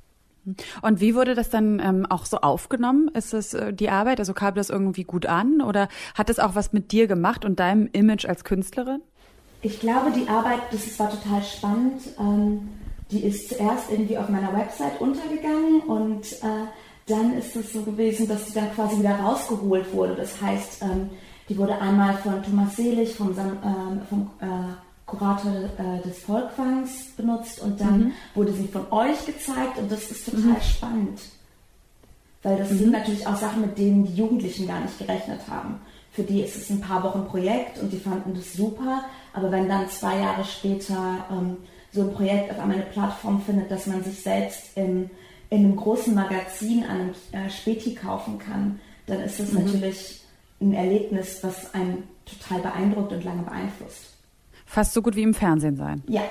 Und wie wurde das dann ähm, auch so aufgenommen? Ist es äh, die Arbeit? Also kam das irgendwie gut an? Oder hat es auch was mit dir gemacht und deinem Image als Künstlerin? Ich glaube, die Arbeit, das war total spannend. Ähm, die ist zuerst irgendwie auf meiner Website untergegangen und äh, dann ist es so gewesen, dass die dann quasi wieder rausgeholt wurde. Das heißt, ähm, die wurde einmal von Thomas Selig, vom, ähm, vom äh, Kurator äh, des Volkwangs benutzt und dann mhm. wurde sie von euch gezeigt und das ist total mhm. spannend. Weil das mhm. sind natürlich auch Sachen, mit denen die Jugendlichen gar nicht gerechnet haben. Für die ist es ein paar Wochen Projekt und die fanden das super, aber wenn dann zwei Jahre später ähm, so ein Projekt auf einmal eine Plattform findet, dass man sich selbst in, in einem großen Magazin an einem äh, Späti kaufen kann, dann ist das mhm. natürlich ein Erlebnis, was einen total beeindruckt und lange beeinflusst. Fast so gut wie im Fernsehen sein. Ja.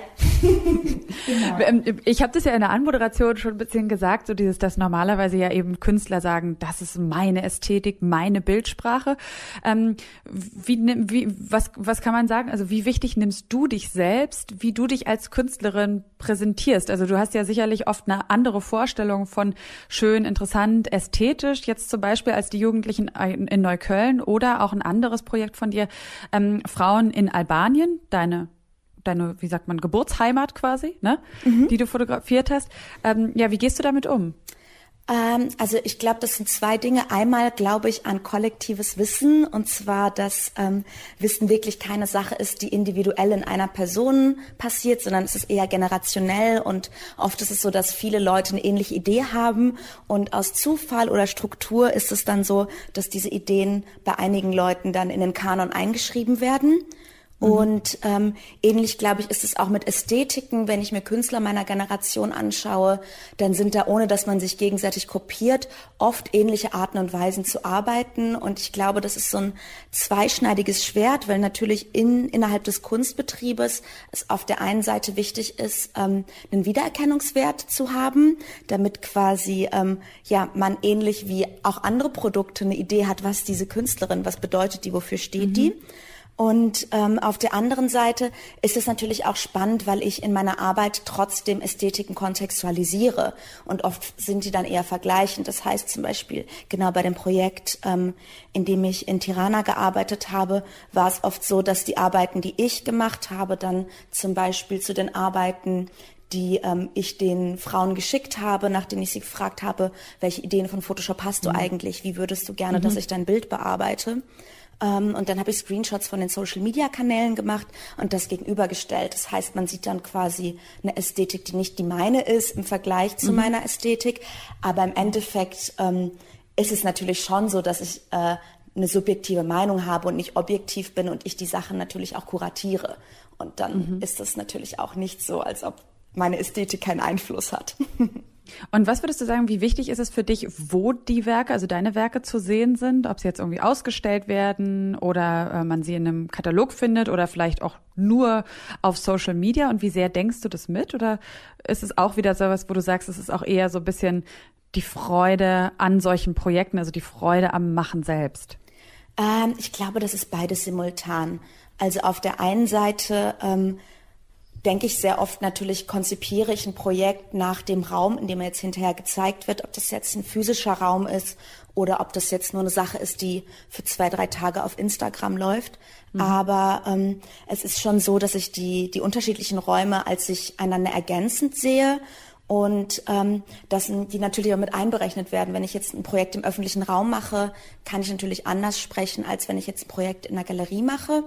Genau. Ich habe das ja in der Anmoderation schon ein bisschen gesagt, so dieses, dass normalerweise ja eben Künstler sagen, das ist meine Ästhetik, meine Bildsprache. Ähm, wie, wie, was, was kann man sagen? Also wie wichtig nimmst du dich selbst, wie du dich als Künstlerin präsentierst? Also du hast ja sicherlich oft eine andere Vorstellung von schön, interessant, ästhetisch, jetzt zum Beispiel als die Jugendlichen in Neukölln oder auch ein anderes Projekt von dir, ähm, Frauen in Albanien, deine deine, wie sagt man, Geburtsheimat quasi, ne? Mhm. Die du fotografiert hast. Ähm, ja, wie gehst du damit um? Ähm, also ich glaube, das sind zwei Dinge. Einmal glaube ich an kollektives Wissen, und zwar, dass ähm, Wissen wirklich keine Sache ist, die individuell in einer Person passiert, sondern es ist eher generationell, und oft ist es so, dass viele Leute eine ähnliche Idee haben, und aus Zufall oder Struktur ist es dann so, dass diese Ideen bei einigen Leuten dann in den Kanon eingeschrieben werden. Und ähm, ähnlich, glaube ich, ist es auch mit Ästhetiken. Wenn ich mir Künstler meiner Generation anschaue, dann sind da, ohne dass man sich gegenseitig kopiert, oft ähnliche Arten und Weisen zu arbeiten. Und ich glaube, das ist so ein zweischneidiges Schwert, weil natürlich in, innerhalb des Kunstbetriebes es auf der einen Seite wichtig ist, ähm, einen Wiedererkennungswert zu haben, damit quasi ähm, ja man ähnlich wie auch andere Produkte eine Idee hat, was diese Künstlerin, was bedeutet die, wofür steht mhm. die. Und ähm, auf der anderen Seite ist es natürlich auch spannend, weil ich in meiner Arbeit trotzdem Ästhetiken kontextualisiere. Und oft sind die dann eher vergleichend. Das heißt zum Beispiel, genau bei dem Projekt, ähm, in dem ich in Tirana gearbeitet habe, war es oft so, dass die Arbeiten, die ich gemacht habe, dann zum Beispiel zu den Arbeiten, die ähm, ich den Frauen geschickt habe, nachdem ich sie gefragt habe, welche Ideen von Photoshop hast du mhm. eigentlich? Wie würdest du gerne, mhm. dass ich dein Bild bearbeite? Um, und dann habe ich Screenshots von den Social-Media-Kanälen gemacht und das gegenübergestellt. Das heißt, man sieht dann quasi eine Ästhetik, die nicht die meine ist im Vergleich zu mhm. meiner Ästhetik. Aber im Endeffekt ähm, ist es natürlich schon so, dass ich äh, eine subjektive Meinung habe und nicht objektiv bin und ich die Sachen natürlich auch kuratiere. Und dann mhm. ist das natürlich auch nicht so, als ob meine Ästhetik keinen Einfluss hat. Und was würdest du sagen, wie wichtig ist es für dich, wo die Werke, also deine Werke zu sehen sind? Ob sie jetzt irgendwie ausgestellt werden oder äh, man sie in einem Katalog findet oder vielleicht auch nur auf Social Media? Und wie sehr denkst du das mit? Oder ist es auch wieder so was, wo du sagst, es ist auch eher so ein bisschen die Freude an solchen Projekten, also die Freude am Machen selbst? Ähm, ich glaube, das ist beides simultan. Also auf der einen Seite ähm, denke ich sehr oft natürlich, konzipiere ich ein Projekt nach dem Raum, in dem er jetzt hinterher gezeigt wird, ob das jetzt ein physischer Raum ist oder ob das jetzt nur eine Sache ist, die für zwei, drei Tage auf Instagram läuft. Mhm. Aber ähm, es ist schon so, dass ich die, die unterschiedlichen Räume als sich einander ergänzend sehe und ähm, dass die natürlich auch mit einberechnet werden. Wenn ich jetzt ein Projekt im öffentlichen Raum mache, kann ich natürlich anders sprechen, als wenn ich jetzt ein Projekt in einer Galerie mache.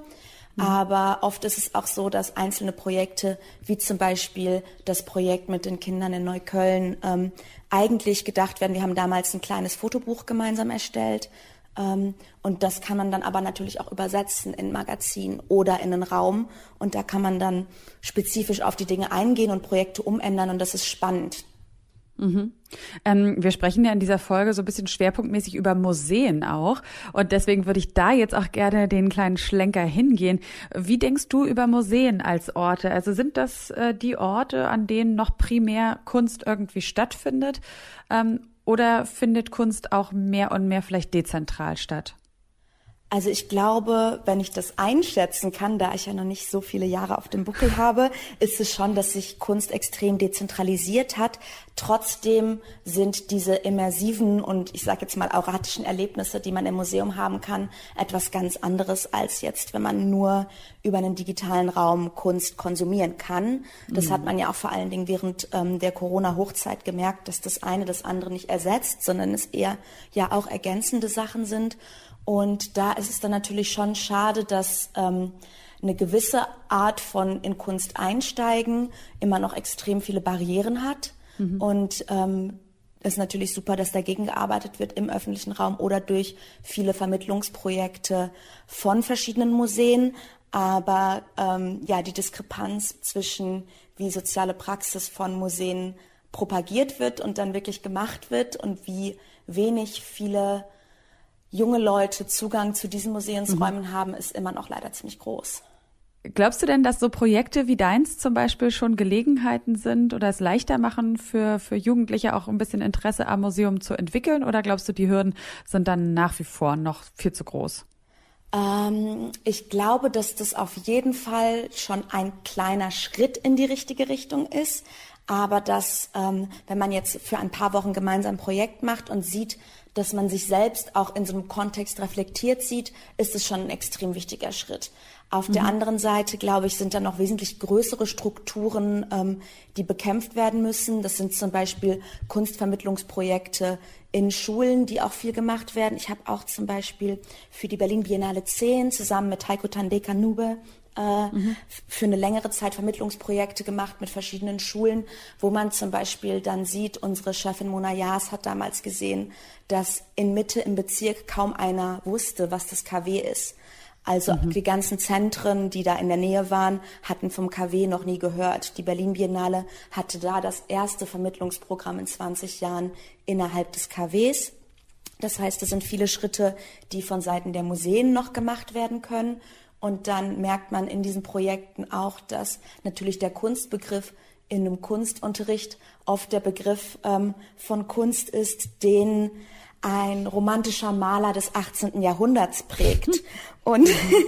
Aber oft ist es auch so, dass einzelne Projekte, wie zum Beispiel das Projekt mit den Kindern in Neukölln, ähm, eigentlich gedacht werden. Wir haben damals ein kleines Fotobuch gemeinsam erstellt. Ähm, und das kann man dann aber natürlich auch übersetzen in ein Magazin oder in einen Raum. Und da kann man dann spezifisch auf die Dinge eingehen und Projekte umändern. Und das ist spannend. Mhm. Ähm, wir sprechen ja in dieser Folge so ein bisschen schwerpunktmäßig über Museen auch und deswegen würde ich da jetzt auch gerne den kleinen Schlenker hingehen. Wie denkst du über Museen als Orte? Also sind das äh, die Orte, an denen noch primär Kunst irgendwie stattfindet, ähm, oder findet Kunst auch mehr und mehr vielleicht dezentral statt? Also ich glaube, wenn ich das einschätzen kann, da ich ja noch nicht so viele Jahre auf dem Buckel habe, ist es schon, dass sich Kunst extrem dezentralisiert hat. Trotzdem sind diese immersiven und ich sage jetzt mal auratischen Erlebnisse, die man im Museum haben kann, etwas ganz anderes als jetzt, wenn man nur über einen digitalen Raum Kunst konsumieren kann. Das mhm. hat man ja auch vor allen Dingen während ähm, der Corona-Hochzeit gemerkt, dass das eine das andere nicht ersetzt, sondern es eher ja auch ergänzende Sachen sind. Und da ist es dann natürlich schon schade, dass ähm, eine gewisse Art von in Kunst einsteigen immer noch extrem viele Barrieren hat. Mhm. Und ähm, es ist natürlich super, dass dagegen gearbeitet wird im öffentlichen Raum oder durch viele Vermittlungsprojekte von verschiedenen Museen. Aber ähm, ja, die Diskrepanz zwischen wie soziale Praxis von Museen propagiert wird und dann wirklich gemacht wird und wie wenig viele junge Leute Zugang zu diesen Museumsräumen mhm. haben, ist immer noch leider ziemlich groß. Glaubst du denn, dass so Projekte wie deins zum Beispiel schon Gelegenheiten sind oder es leichter machen für, für Jugendliche auch ein bisschen Interesse am Museum zu entwickeln? Oder glaubst du, die Hürden sind dann nach wie vor noch viel zu groß? Ähm, ich glaube, dass das auf jeden Fall schon ein kleiner Schritt in die richtige Richtung ist. aber dass, ähm, wenn man jetzt für ein paar Wochen gemeinsam ein Projekt macht und sieht, dass man sich selbst auch in so einem Kontext reflektiert sieht, ist es schon ein extrem wichtiger Schritt. Auf mhm. der anderen Seite, glaube ich, sind da noch wesentlich größere Strukturen, ähm, die bekämpft werden müssen. Das sind zum Beispiel Kunstvermittlungsprojekte in Schulen, die auch viel gemacht werden. Ich habe auch zum Beispiel für die Berlin Biennale zehn zusammen mit Heiko Tandeka-Nube äh, mhm. für eine längere Zeit Vermittlungsprojekte gemacht mit verschiedenen Schulen, wo man zum Beispiel dann sieht, unsere Chefin Mona Jaas hat damals gesehen, dass in Mitte im Bezirk kaum einer wusste, was das K W ist. Also mhm. die ganzen Zentren, die da in der Nähe waren, hatten vom K W noch nie gehört. Die Berlin Biennale hatte da das erste Vermittlungsprogramm in zwanzig Jahren innerhalb des K Ws. Das heißt, es sind viele Schritte, die von Seiten der Museen noch gemacht werden können. Und dann merkt man in diesen Projekten auch, dass natürlich der Kunstbegriff in einem Kunstunterricht oft der Begriff ähm, von Kunst ist, den ein romantischer Maler des achtzehnten Jahrhunderts prägt. Und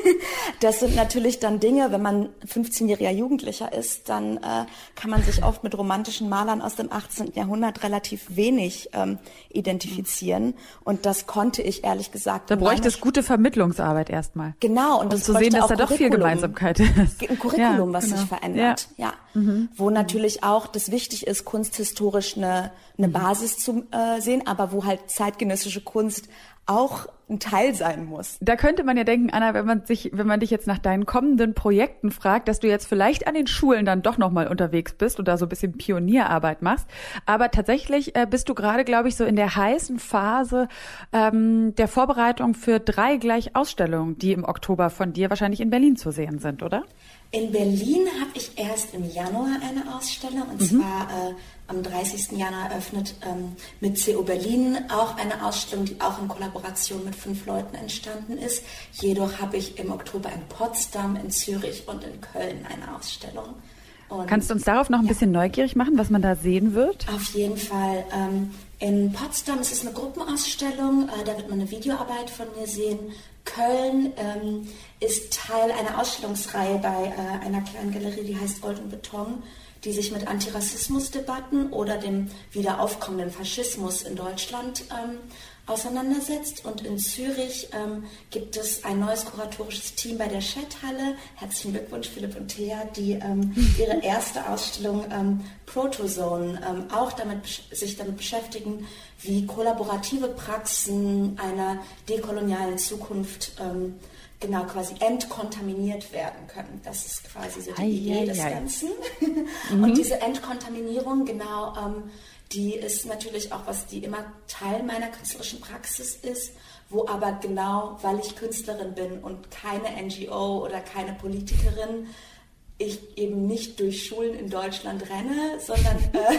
das sind natürlich dann Dinge, wenn man fünfzehnjähriger Jugendlicher ist, dann äh, kann man sich oft mit romantischen Malern aus dem achtzehnten Jahrhundert relativ wenig ähm, identifizieren. Und das konnte ich ehrlich gesagt. Da bräuchte es gute Vermittlungsarbeit erstmal. Genau. Und um das zu sehen, dass da doch viel Gemeinsamkeit ist. Ein Curriculum, ja, was genau. sich verändert. Ja. ja. Mhm. Wo natürlich auch das wichtig ist, kunsthistorisch eine, eine Basis zu äh, sehen, aber wo halt zeitgenössische Kunst auch ein Teil sein muss. Da könnte man ja denken, Anna, wenn man sich, wenn man dich jetzt nach deinen kommenden Projekten fragt, dass du jetzt vielleicht an den Schulen dann doch nochmal unterwegs bist und da so ein bisschen Pionierarbeit machst. Aber tatsächlich äh, bist du gerade, glaube ich, so in der heißen Phase ähm, der Vorbereitung für drei gleich Ausstellungen, die im Oktober von dir wahrscheinlich in Berlin zu sehen sind, oder? In Berlin habe ich erst im Januar eine Ausstellung, und mhm. zwar äh, am dreißigsten Januar eröffnet ähm, mit C O Berlin auch eine Ausstellung, die auch in Kollaboration mit fünf Leuten entstanden ist. Jedoch habe ich im Oktober in Potsdam, in Zürich und in Köln eine Ausstellung. Und kannst du uns darauf noch ein ja. bisschen neugierig machen, was man da sehen wird? Auf jeden Fall. Ähm, in Potsdam ist es eine Gruppenausstellung, äh, da wird man eine Videoarbeit von mir sehen. Köln ähm, ist Teil einer Ausstellungsreihe bei äh, einer kleinen Galerie, die heißt Gold und Beton, die sich mit Antirassismusdebatten oder dem wiederaufkommenden Faschismus in Deutschland ähm, auseinandersetzt. Und in Zürich ähm, gibt es ein neues kuratorisches Team bei der Schetthalle. Herzlichen Glückwunsch, Philipp und Thea, die ähm, ihre erste Ausstellung ähm, Protozone ähm, auch damit, sich damit beschäftigen, wie kollaborative Praxen einer dekolonialen Zukunft ähm, genau quasi entkontaminiert werden können. Das ist quasi so die ei, Idee ei, des ei. Ganzen. Mhm. Und diese Entkontaminierung, genau, ähm, die ist natürlich auch, was die immer Teil meiner künstlerischen Praxis ist, wo aber genau, weil ich Künstlerin bin und keine N G O oder keine Politikerin, ich eben nicht durch Schulen in Deutschland renne, sondern äh,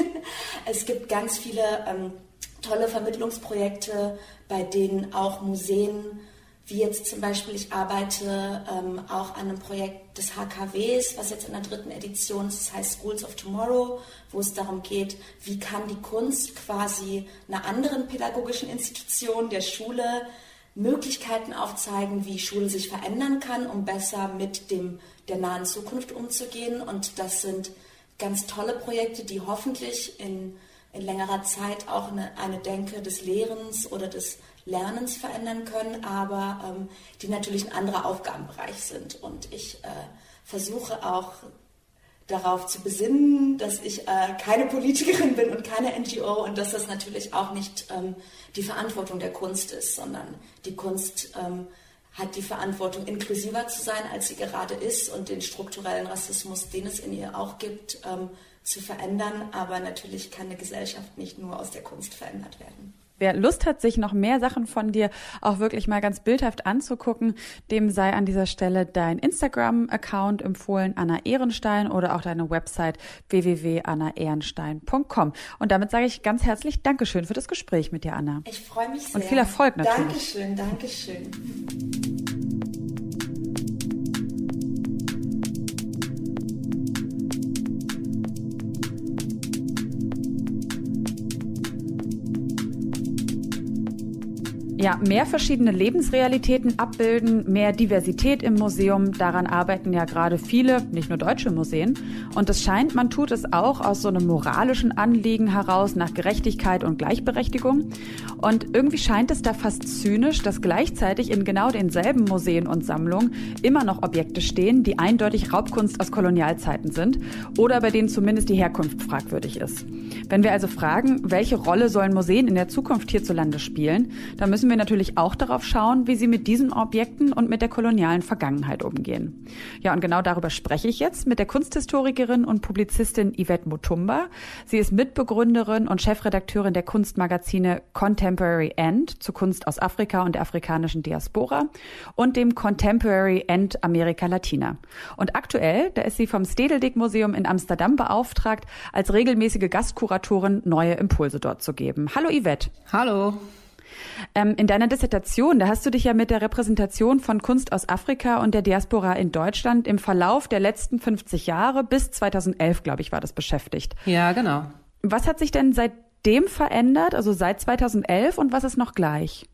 es gibt ganz viele ähm, tolle Vermittlungsprojekte, bei denen auch Museen, wie jetzt zum Beispiel, ich arbeite ähm, auch an einem Projekt des H K Ws, was jetzt in der dritten Edition ist, das heißt Schools of Tomorrow, wo es darum geht, wie kann die Kunst quasi einer anderen pädagogischen Institution, der Schule, Möglichkeiten aufzeigen, wie Schule sich verändern kann, um besser mit dem, der nahen Zukunft umzugehen. Und das sind ganz tolle Projekte, die hoffentlich in, in längerer Zeit auch eine, eine Denke des Lehrens oder des Lernens verändern können, aber ähm, die natürlich ein anderer Aufgabenbereich sind. Und ich äh, versuche auch darauf zu besinnen, dass ich äh, keine Politikerin bin und keine N G O und dass das natürlich auch nicht ähm, die Verantwortung der Kunst ist, sondern die Kunst ähm, hat die Verantwortung, inklusiver zu sein, als sie gerade ist und den strukturellen Rassismus, den es in ihr auch gibt, ähm, zu verändern. Aber natürlich kann eine Gesellschaft nicht nur aus der Kunst verändert werden. Wer Lust hat, sich noch mehr Sachen von dir auch wirklich mal ganz bildhaft anzugucken, dem sei an dieser Stelle dein Instagram-Account empfohlen, Anna Ehrenstein, oder auch deine Website w w w punkt anna ehrenstein punkt com. Und damit sage ich ganz herzlich Dankeschön für das Gespräch mit dir, Anna. Ich freue mich sehr. Und viel Erfolg natürlich. Dankeschön, Dankeschön. Ja, mehr verschiedene Lebensrealitäten abbilden, mehr Diversität im Museum. Daran arbeiten ja gerade viele, nicht nur deutsche Museen. Und es scheint, man tut es auch aus so einem moralischen Anliegen heraus nach Gerechtigkeit und Gleichberechtigung. Und irgendwie scheint es da fast zynisch, dass gleichzeitig in genau denselben Museen und Sammlungen immer noch Objekte stehen, die eindeutig Raubkunst aus Kolonialzeiten sind oder bei denen zumindest die Herkunft fragwürdig ist. Wenn wir also fragen, welche Rolle sollen Museen in der Zukunft hierzulande spielen, dann müssen wir natürlich auch darauf schauen, wie sie mit diesen Objekten und mit der kolonialen Vergangenheit umgehen. Ja, und genau darüber spreche ich jetzt mit der Kunsthistorikerin und Publizistin Yvette Mutumba. Sie ist Mitbegründerin und Chefredakteurin der Kunstmagazine Contemporary End zu Kunst aus Afrika und der afrikanischen Diaspora und dem Contemporary End Amerika Latina. Und aktuell, da ist sie vom Stedelijk Museum in Amsterdam beauftragt, als regelmäßige Gastkuratorin neue Impulse dort zu geben. Hallo Yvette. Hallo. Ähm, in deiner Dissertation, da hast du dich ja mit der Repräsentation von Kunst aus Afrika und der Diaspora in Deutschland im Verlauf der letzten fünfzig Jahre bis zweitausendelf, glaube ich, war das beschäftigt. Ja, genau. Was hat sich denn seitdem verändert, also seit zweitausendelf, und was ist noch gleich?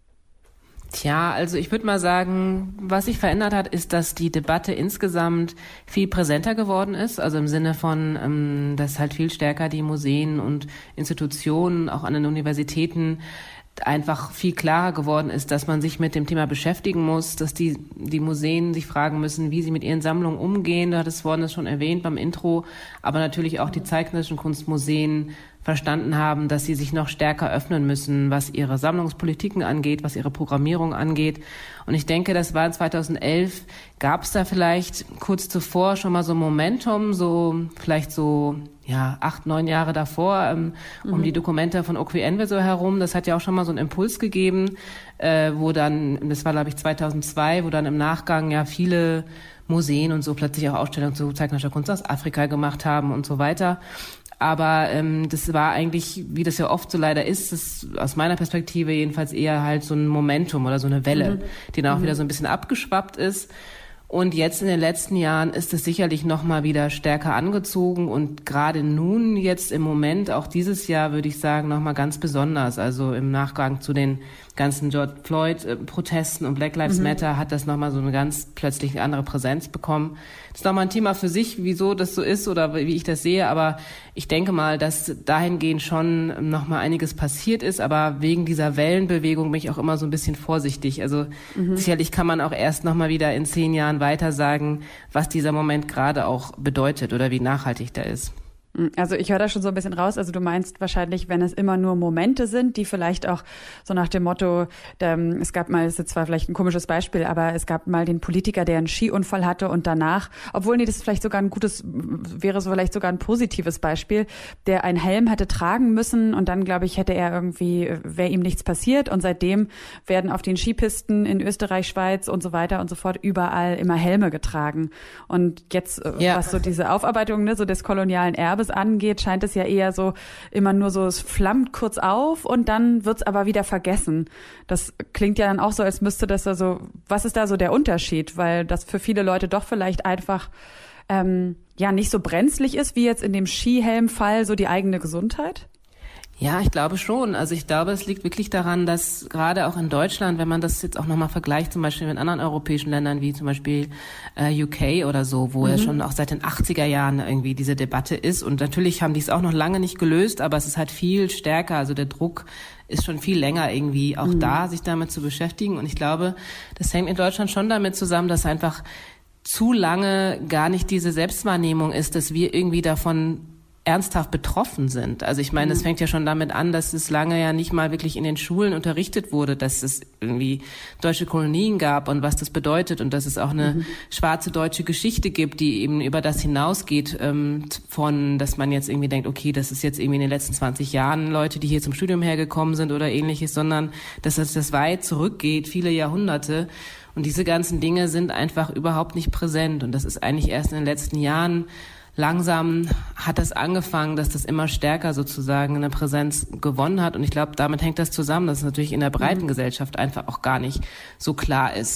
Tja, also ich würde mal sagen, was sich verändert hat, ist, dass die Debatte insgesamt viel präsenter geworden ist. Also im Sinne von, ähm, dass halt viel stärker die Museen und Institutionen, auch an den Universitäten, einfach viel klarer geworden ist, dass man sich mit dem Thema beschäftigen muss, dass die die Museen sich fragen müssen, wie sie mit ihren Sammlungen umgehen. Du hattest vorhin das schon erwähnt beim Intro, aber natürlich auch die zeitgenössischen Kunstmuseen verstanden haben, dass sie sich noch stärker öffnen müssen, was ihre Sammlungspolitiken angeht, was ihre Programmierung angeht. Und ich denke, das war in zweitausendelf, gab es da vielleicht kurz zuvor schon mal so ein Momentum, so vielleicht so ja acht, neun Jahre davor, ähm, mhm. um die Dokumente von Okwe Enwe so herum. Das hat ja auch schon mal so einen Impuls gegeben, äh, wo dann, das war glaube ich zweitausendzwei, wo dann im Nachgang ja viele Museen und so plötzlich auch Ausstellungen zu zeitgenössischer Kunst aus Afrika gemacht haben und so weiter. Aber ähm, das war eigentlich, wie das ja oft so leider ist, das aus meiner Perspektive jedenfalls eher halt so ein Momentum oder so eine Welle, mhm. die dann auch mhm. wieder so ein bisschen abgeschwappt ist. Und jetzt in den letzten Jahren ist es sicherlich noch mal wieder stärker angezogen und gerade nun jetzt im Moment, auch dieses Jahr würde ich sagen, noch mal ganz besonders. Also im Nachgang zu den ganzen George Floyd-Protesten und Black Lives mhm. Matter hat das noch mal so eine ganz plötzlich andere Präsenz bekommen. Das ist noch mal ein Thema für sich, wieso das so ist oder wie ich das sehe. Aber ich denke mal, dass dahingehend schon noch mal einiges passiert ist. Aber wegen dieser Wellenbewegung bin ich auch immer so ein bisschen vorsichtig. Also mhm. sicherlich kann man auch erst noch mal wieder in zehn Jahren weiter sagen, was dieser Moment gerade auch bedeutet oder wie nachhaltig der ist. Also ich höre da schon so ein bisschen raus, also du meinst wahrscheinlich, wenn es immer nur Momente sind, die vielleicht auch so nach dem Motto, ähm, es gab mal, das ist jetzt zwar vielleicht ein komisches Beispiel, aber es gab mal den Politiker, der einen Skiunfall hatte und danach, obwohl nee, das ist vielleicht sogar ein gutes, wäre so vielleicht sogar ein positives Beispiel, der einen Helm hätte tragen müssen und dann, glaube ich, hätte er irgendwie, wäre ihm nichts passiert und seitdem werden auf den Skipisten in Österreich, Schweiz und so weiter und so fort überall immer Helme getragen. Und jetzt, ja. was so diese Aufarbeitung, ne, so des kolonialen Erbes angeht, scheint es ja eher so immer nur so, es flammt kurz auf und dann wird's aber wieder vergessen. Das klingt ja dann auch so, als müsste das also, was ist da so der Unterschied? Weil das für viele Leute doch vielleicht einfach ähm, ja nicht so brenzlig ist, wie jetzt in dem Skihelm-Fall so die eigene Gesundheit? Ja, ich glaube schon. Also ich glaube, es liegt wirklich daran, dass gerade auch in Deutschland, wenn man das jetzt auch nochmal vergleicht, zum Beispiel mit anderen europäischen Ländern wie zum Beispiel äh, U K oder so, wo mhm. ja schon auch seit den achtziger Jahren irgendwie diese Debatte ist. Und natürlich haben die es auch noch lange nicht gelöst, aber es ist halt viel stärker. Also der Druck ist schon viel länger irgendwie auch mhm. da, sich damit zu beschäftigen. Und ich glaube, das hängt in Deutschland schon damit zusammen, dass einfach zu lange gar nicht diese Selbstwahrnehmung ist, dass wir irgendwie davon ernsthaft betroffen sind. Also ich meine, es fängt ja schon damit an, dass es lange ja nicht mal wirklich in den Schulen unterrichtet wurde, dass es irgendwie deutsche Kolonien gab und was das bedeutet und dass es auch eine mhm. schwarze deutsche Geschichte gibt, die eben über das hinausgeht ähm, von, dass man jetzt irgendwie denkt, okay, das ist jetzt irgendwie in den letzten zwanzig Jahren Leute, die hier zum Studium hergekommen sind oder ähnliches, sondern dass es das weit zurückgeht, viele Jahrhunderte. Und diese ganzen Dinge sind einfach überhaupt nicht präsent. Und das ist eigentlich erst in den letzten Jahren langsam hat das angefangen, dass das immer stärker sozusagen eine Präsenz gewonnen hat. Und ich glaube, damit hängt das zusammen, dass es natürlich in der breiten Gesellschaft einfach auch gar nicht so klar ist,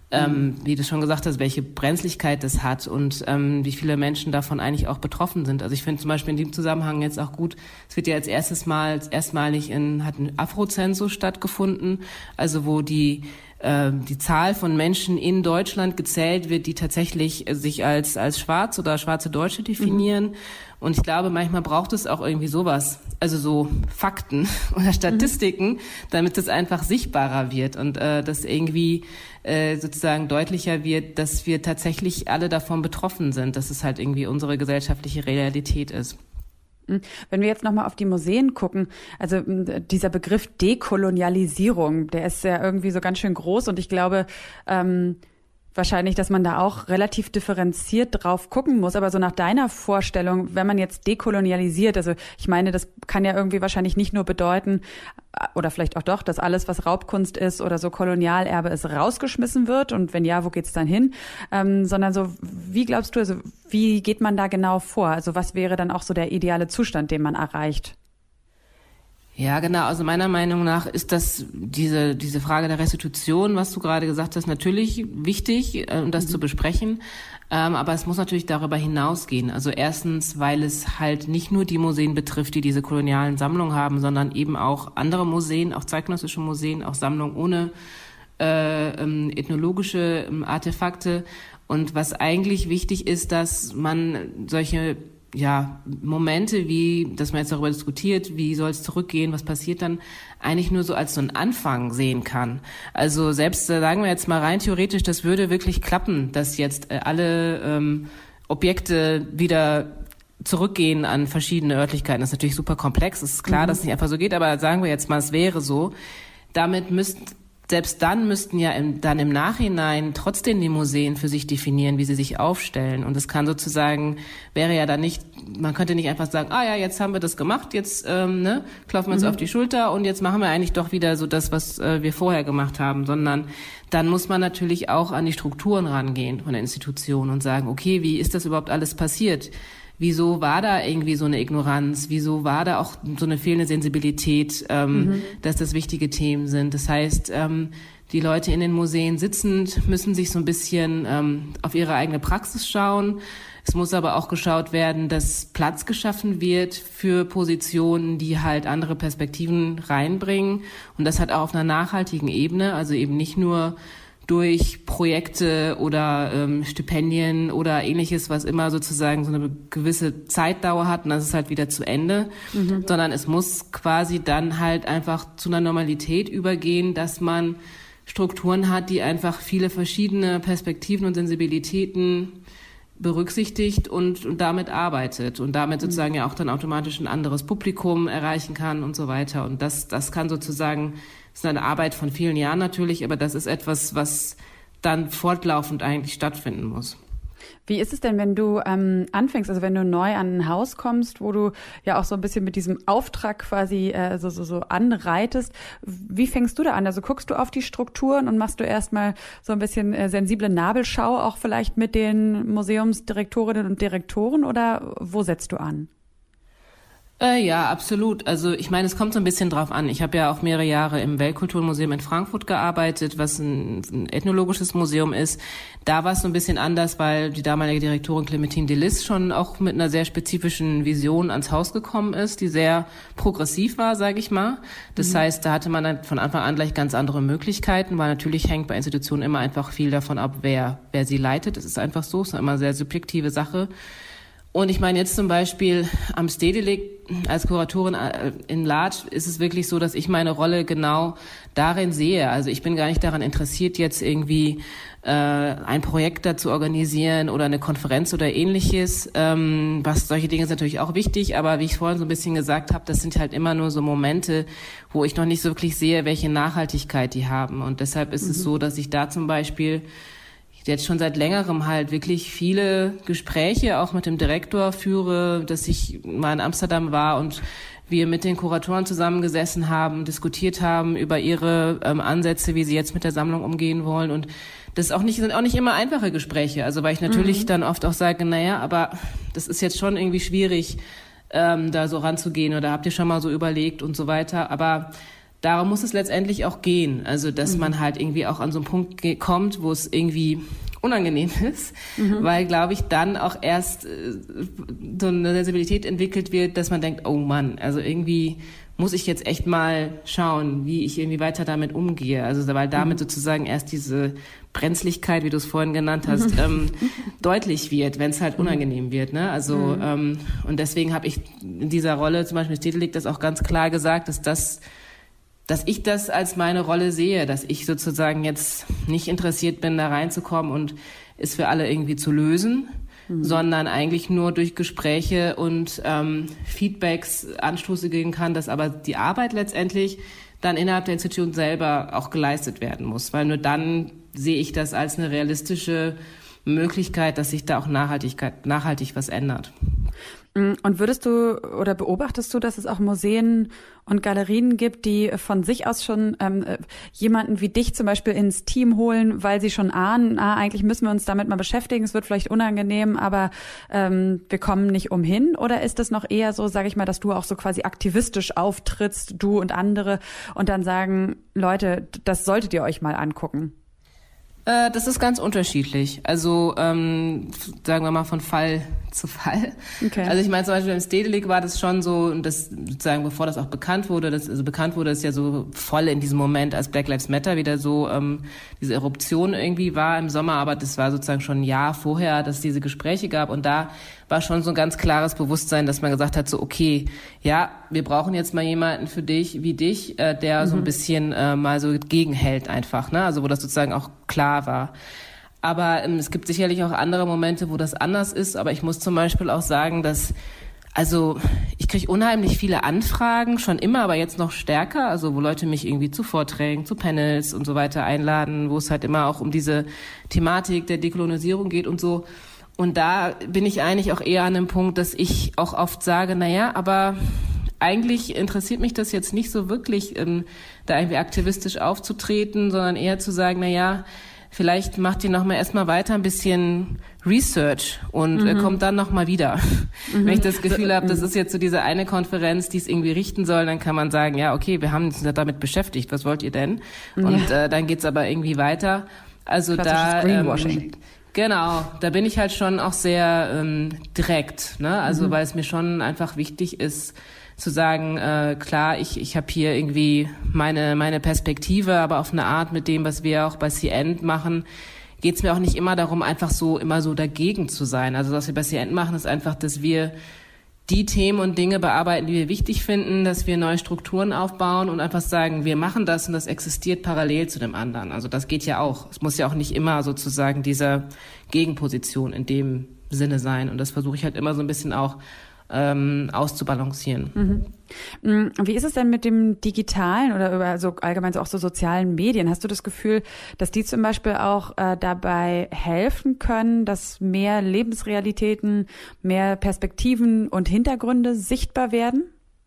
ähm, wie du schon gesagt hast, welche Brenzlichkeit das hat und ähm, wie viele Menschen davon eigentlich auch betroffen sind. Also ich finde zum Beispiel in dem Zusammenhang jetzt auch gut, es wird ja als erstes Mal, erstmalig in, hat ein Afrozensus stattgefunden, also wo die äh, die Zahl von Menschen in Deutschland gezählt wird, die tatsächlich sich als als schwarz oder schwarze Deutsche definieren. Mhm. Und ich glaube, manchmal braucht es auch irgendwie sowas, also so Fakten oder Statistiken, mhm. damit es einfach sichtbarer wird und äh, dass irgendwie äh, sozusagen deutlicher wird, dass wir tatsächlich alle davon betroffen sind, dass es halt irgendwie unsere gesellschaftliche Realität ist. Wenn wir jetzt nochmal auf die Museen gucken, also dieser Begriff Dekolonialisierung, der ist ja irgendwie so ganz schön groß und ich glaube, ähm, wahrscheinlich, dass man da auch relativ differenziert drauf gucken muss. Aber so nach deiner Vorstellung, wenn man jetzt dekolonialisiert, also ich meine, das kann ja irgendwie wahrscheinlich nicht nur bedeuten, oder vielleicht auch doch, dass alles, was Raubkunst ist oder so Kolonialerbe ist, rausgeschmissen wird. Und wenn ja, wo geht's dann hin? Ähm, sondern so, wie glaubst du, also wie geht man da genau vor? Also was wäre dann auch so der ideale Zustand, den man erreicht? Ja, genau. Also meiner Meinung nach ist das diese diese Frage der Restitution, was du gerade gesagt hast, natürlich wichtig, um das mhm. zu besprechen. Ähm, aber es muss natürlich darüber hinausgehen. Also erstens, weil es halt nicht nur die Museen betrifft, die diese kolonialen Sammlungen haben, sondern eben auch andere Museen, auch zeitgenössische Museen, auch Sammlungen ohne äh, ähm, ethnologische ähm, Artefakte. Und was eigentlich wichtig ist, dass man solche ja, Momente wie, dass man jetzt darüber diskutiert, wie soll es zurückgehen, was passiert dann, eigentlich nur so als so einen Anfang sehen kann. Also selbst, sagen wir jetzt mal rein theoretisch, das würde wirklich klappen, dass jetzt äh, alle ähm, Objekte wieder zurückgehen an verschiedene Örtlichkeiten. Das ist natürlich super komplex, es ist klar, mhm. dass es nicht einfach so geht, aber sagen wir jetzt mal, es wäre so. Damit müssten Selbst dann müssten ja im, dann im Nachhinein trotzdem die Museen für sich definieren, wie sie sich aufstellen. Und es kann sozusagen, wäre ja dann nicht, man könnte nicht einfach sagen, ah ja, jetzt haben wir das gemacht, jetzt ähm, ne, klopfen wir uns mhm. auf die Schulter und jetzt machen wir eigentlich doch wieder so das, was äh, wir vorher gemacht haben. Sondern dann muss man natürlich auch an die Strukturen rangehen von der Institution und sagen, okay, wie ist das überhaupt alles passiert? Wieso war da irgendwie so eine Ignoranz? Wieso war da auch so eine fehlende Sensibilität, ähm, mhm. dass das wichtige Themen sind? Das heißt, ähm, die Leute in den Museen sitzend müssen sich so ein bisschen ähm, auf ihre eigene Praxis schauen. Es muss aber auch geschaut werden, dass Platz geschaffen wird für Positionen, die halt andere Perspektiven reinbringen. Und das hat auch auf einer nachhaltigen Ebene, also eben nicht nur durch Projekte oder ähm, Stipendien oder ähnliches, was immer sozusagen so eine gewisse Zeitdauer hat und das ist halt wieder zu Ende, mhm. sondern es muss quasi dann halt einfach zu einer Normalität übergehen, dass man Strukturen hat, die einfach viele verschiedene Perspektiven und Sensibilitäten berücksichtigt und, und damit arbeitet und damit sozusagen ja auch dann automatisch ein anderes Publikum erreichen kann und so weiter. Und das, das kann sozusagen, das ist eine Arbeit von vielen Jahren natürlich, aber das ist etwas, was dann fortlaufend eigentlich stattfinden muss. Wie ist es denn, wenn du ähm, anfängst, also wenn du neu an ein Haus kommst, wo du ja auch so ein bisschen mit diesem Auftrag quasi äh, so, so, so anreitest, wie fängst du da an? Also guckst du auf die Strukturen und machst du erstmal so ein bisschen äh, sensible Nabelschau, auch vielleicht mit den Museumsdirektorinnen und Direktoren oder wo setzt du an? Äh, ja, absolut. Also ich meine, es kommt so ein bisschen drauf an. Ich habe ja auch mehrere Jahre im Weltkulturmuseum in Frankfurt gearbeitet, was ein, ein ethnologisches Museum ist. Da war es so ein bisschen anders, weil die damalige Direktorin Clementine Delis schon auch mit einer sehr spezifischen Vision ans Haus gekommen ist, die sehr progressiv war, sage ich mal. Das mhm. heißt, da hatte man dann von Anfang an gleich ganz andere Möglichkeiten, weil natürlich hängt bei Institutionen immer einfach viel davon ab, wer wer sie leitet. Es ist einfach so, es ist immer eine sehr subjektive Sache. Und ich meine jetzt zum Beispiel am Stedelijk als Kuratorin in Laath ist es wirklich so, dass ich meine Rolle genau darin sehe. Also ich bin gar nicht daran interessiert, jetzt irgendwie äh, ein Projekt da zu organisieren oder eine Konferenz oder ähnliches. Ähm, was solche Dinge sind natürlich auch wichtig, aber wie ich vorhin so ein bisschen gesagt habe, das sind halt immer nur so Momente, wo ich noch nicht so wirklich sehe, welche Nachhaltigkeit die haben. Und deshalb ist mhm. es so, dass ich da zum Beispiel jetzt schon seit längerem halt wirklich viele Gespräche auch mit dem Direktor führe, dass ich mal in Amsterdam war und wir mit den Kuratoren zusammengesessen haben, diskutiert haben über ihre ähm, Ansätze, wie sie jetzt mit der Sammlung umgehen wollen. Und das ist auch nicht, sind auch nicht immer einfache Gespräche. Also weil ich natürlich mhm. dann oft auch sage, naja, aber das ist jetzt schon irgendwie schwierig, ähm, da so ranzugehen oder habt ihr schon mal so überlegt und so weiter. Aber darum muss es letztendlich auch gehen. Also, dass mhm. man halt irgendwie auch an so einen Punkt ge- kommt, wo es irgendwie unangenehm ist, mhm. weil, glaube ich, dann auch erst äh, so eine Sensibilität entwickelt wird, dass man denkt, oh Mann, also irgendwie muss ich jetzt echt mal schauen, wie ich irgendwie weiter damit umgehe. Also, weil damit mhm. sozusagen erst diese Brenzlichkeit, wie du es vorhin genannt hast, mhm. ähm, deutlich wird, wenn es halt unangenehm wird. Ne? Also mhm. ähm, und deswegen habe ich in dieser Rolle, zum Beispiel Stedelijk, das auch ganz klar gesagt, dass das dass ich das als meine Rolle sehe, dass ich sozusagen jetzt nicht interessiert bin, da reinzukommen und es für alle irgendwie zu lösen, mhm. sondern eigentlich nur durch Gespräche und ähm, Feedbacks Anstoße geben kann, dass aber die Arbeit letztendlich dann innerhalb der Institution selber auch geleistet werden muss, weil nur dann sehe ich das als eine realistische Möglichkeit, dass sich da auch Nachhaltigkeit, nachhaltig was ändert. Und würdest du oder beobachtest du, dass es auch Museen und Galerien gibt, die von sich aus schon ähm, jemanden wie dich zum Beispiel ins Team holen, weil sie schon ahnen, ah, eigentlich müssen wir uns damit mal beschäftigen, es wird vielleicht unangenehm, aber ähm, wir kommen nicht umhin? Oder ist es noch eher so, sage ich mal, dass du auch so quasi aktivistisch auftrittst, du und andere, und dann sagen, Leute, das solltet ihr euch mal angucken? Das ist ganz unterschiedlich. Also ähm, sagen wir mal von Fall zu Fall. Okay. Also ich meine zum Beispiel im Stedelijk war das schon so, und das sozusagen bevor das auch bekannt wurde, das also bekannt wurde, ist ja so voll in diesem Moment, als Black Lives Matter wieder so ähm, diese Eruption irgendwie war im Sommer, aber das war sozusagen schon ein Jahr vorher, dass es diese Gespräche gab, und da war schon so ein ganz klares Bewusstsein, dass man gesagt hat, so okay, ja, wir brauchen jetzt mal jemanden für dich, wie dich, äh, der mhm. so ein bisschen äh, mal so gegenhält einfach, ne? Also wo das sozusagen auch klar war. Aber ähm, es gibt sicherlich auch andere Momente, wo das anders ist, aber ich muss zum Beispiel auch sagen, dass, also ich kriege unheimlich viele Anfragen, schon immer, aber jetzt noch stärker, also wo Leute mich irgendwie zu Vorträgen, zu Panels und so weiter einladen, wo es halt immer auch um diese Thematik der Dekolonisierung geht und so. Und da bin ich eigentlich auch eher an dem Punkt, dass ich auch oft sage, naja, aber eigentlich interessiert mich das jetzt nicht so wirklich, ähm, da irgendwie aktivistisch aufzutreten, sondern eher zu sagen, naja, vielleicht macht ihr noch mal erstmal weiter ein bisschen Research und mhm. äh, kommt dann noch mal wieder. Mhm. Wenn ich das Gefühl habe, das ist jetzt so diese eine Konferenz, die es irgendwie richten soll, dann kann man sagen, ja, okay, wir haben uns damit beschäftigt, was wollt ihr denn? Ja. Und äh, dann geht's aber irgendwie weiter. Also da Greenwashing. Ähm, Genau, da bin ich halt schon auch sehr ähm, direkt, ne? Also mhm. weil es mir schon einfach wichtig ist zu sagen, äh, klar, ich ich habe hier irgendwie meine meine Perspektive, aber auf eine Art mit dem, was wir auch bei C End machen, geht's mir auch nicht immer darum, einfach so immer so dagegen zu sein. Also was wir bei C End machen, ist einfach, dass wir die Themen und Dinge bearbeiten, die wir wichtig finden, dass wir neue Strukturen aufbauen und einfach sagen, wir machen das und das existiert parallel zu dem anderen. Also das geht ja auch. Es muss ja auch nicht immer sozusagen diese Gegenposition in dem Sinne sein. Und das versuche ich halt immer so ein bisschen auch ähm, auszubalancieren. Mhm. Wie ist es denn mit dem Digitalen oder über so allgemein so auch so sozialen Medien? Hast du das Gefühl, dass die zum Beispiel auch äh, dabei helfen können, dass mehr Lebensrealitäten, mehr Perspektiven und Hintergründe sichtbar werden?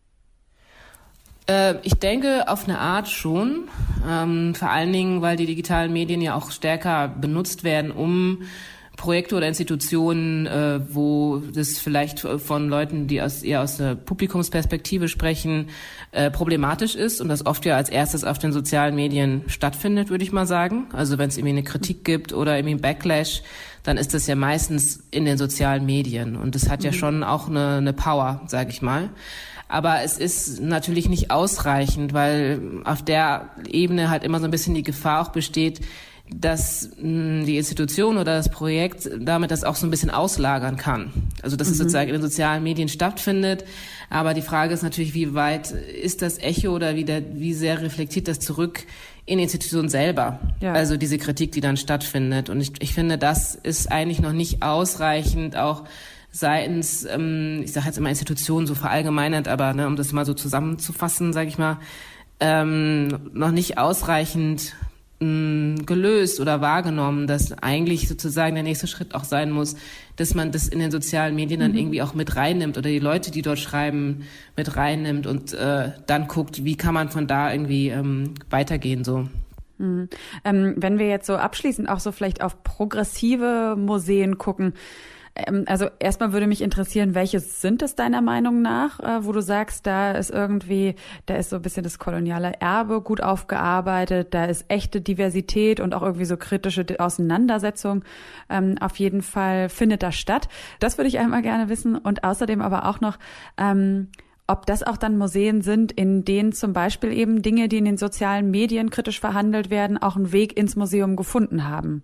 Äh, ich denke auf eine Art schon, ähm, vor allen Dingen, weil die digitalen Medien ja auch stärker benutzt werden, um Projekte oder Institutionen, äh, wo das vielleicht von Leuten, die aus, eher aus der Publikumsperspektive sprechen, äh, problematisch ist und das oft ja als erstes auf den sozialen Medien stattfindet, würde ich mal sagen. Also wenn es irgendwie eine Kritik gibt oder irgendwie ein Backlash, dann ist das ja meistens in den sozialen Medien und das hat ja schon auch eine, eine Power, sage ich mal. Aber es ist natürlich nicht ausreichend, weil auf der Ebene halt immer so ein bisschen die Gefahr auch besteht, dass mh, die Institution oder das Projekt damit das auch so ein bisschen auslagern kann. Also dass mhm. es sozusagen in den sozialen Medien stattfindet. Aber die Frage ist natürlich, wie weit ist das Echo oder wie, der, wie sehr reflektiert das zurück in die Institution selber? Ja. Also diese Kritik, die dann stattfindet. Und ich, ich finde, das ist eigentlich noch nicht ausreichend, auch seitens, ähm, ich sage jetzt immer Institutionen so verallgemeinert, aber ne, um das mal so zusammenzufassen, sage ich mal, ähm, noch nicht ausreichend gelöst oder wahrgenommen, dass eigentlich sozusagen der nächste Schritt auch sein muss, dass man das in den sozialen Medien dann mhm. irgendwie auch mit reinnimmt oder die Leute, die dort schreiben, mit reinnimmt und äh, dann guckt, wie kann man von da irgendwie ähm, weitergehen so. Mhm. Ähm, wenn wir jetzt so abschließend auch so vielleicht auf progressive Museen gucken, Ähm, also erstmal würde mich interessieren, welche sind es deiner Meinung nach, äh, wo du sagst, da ist irgendwie, da ist so ein bisschen das koloniale Erbe gut aufgearbeitet, da ist echte Diversität und auch irgendwie so kritische Auseinandersetzung ähm, auf jeden Fall findet da statt. Das würde ich einmal gerne wissen und außerdem aber auch noch, ähm, ob das auch dann Museen sind, in denen zum Beispiel eben Dinge, die in den sozialen Medien kritisch verhandelt werden, auch einen Weg ins Museum gefunden haben.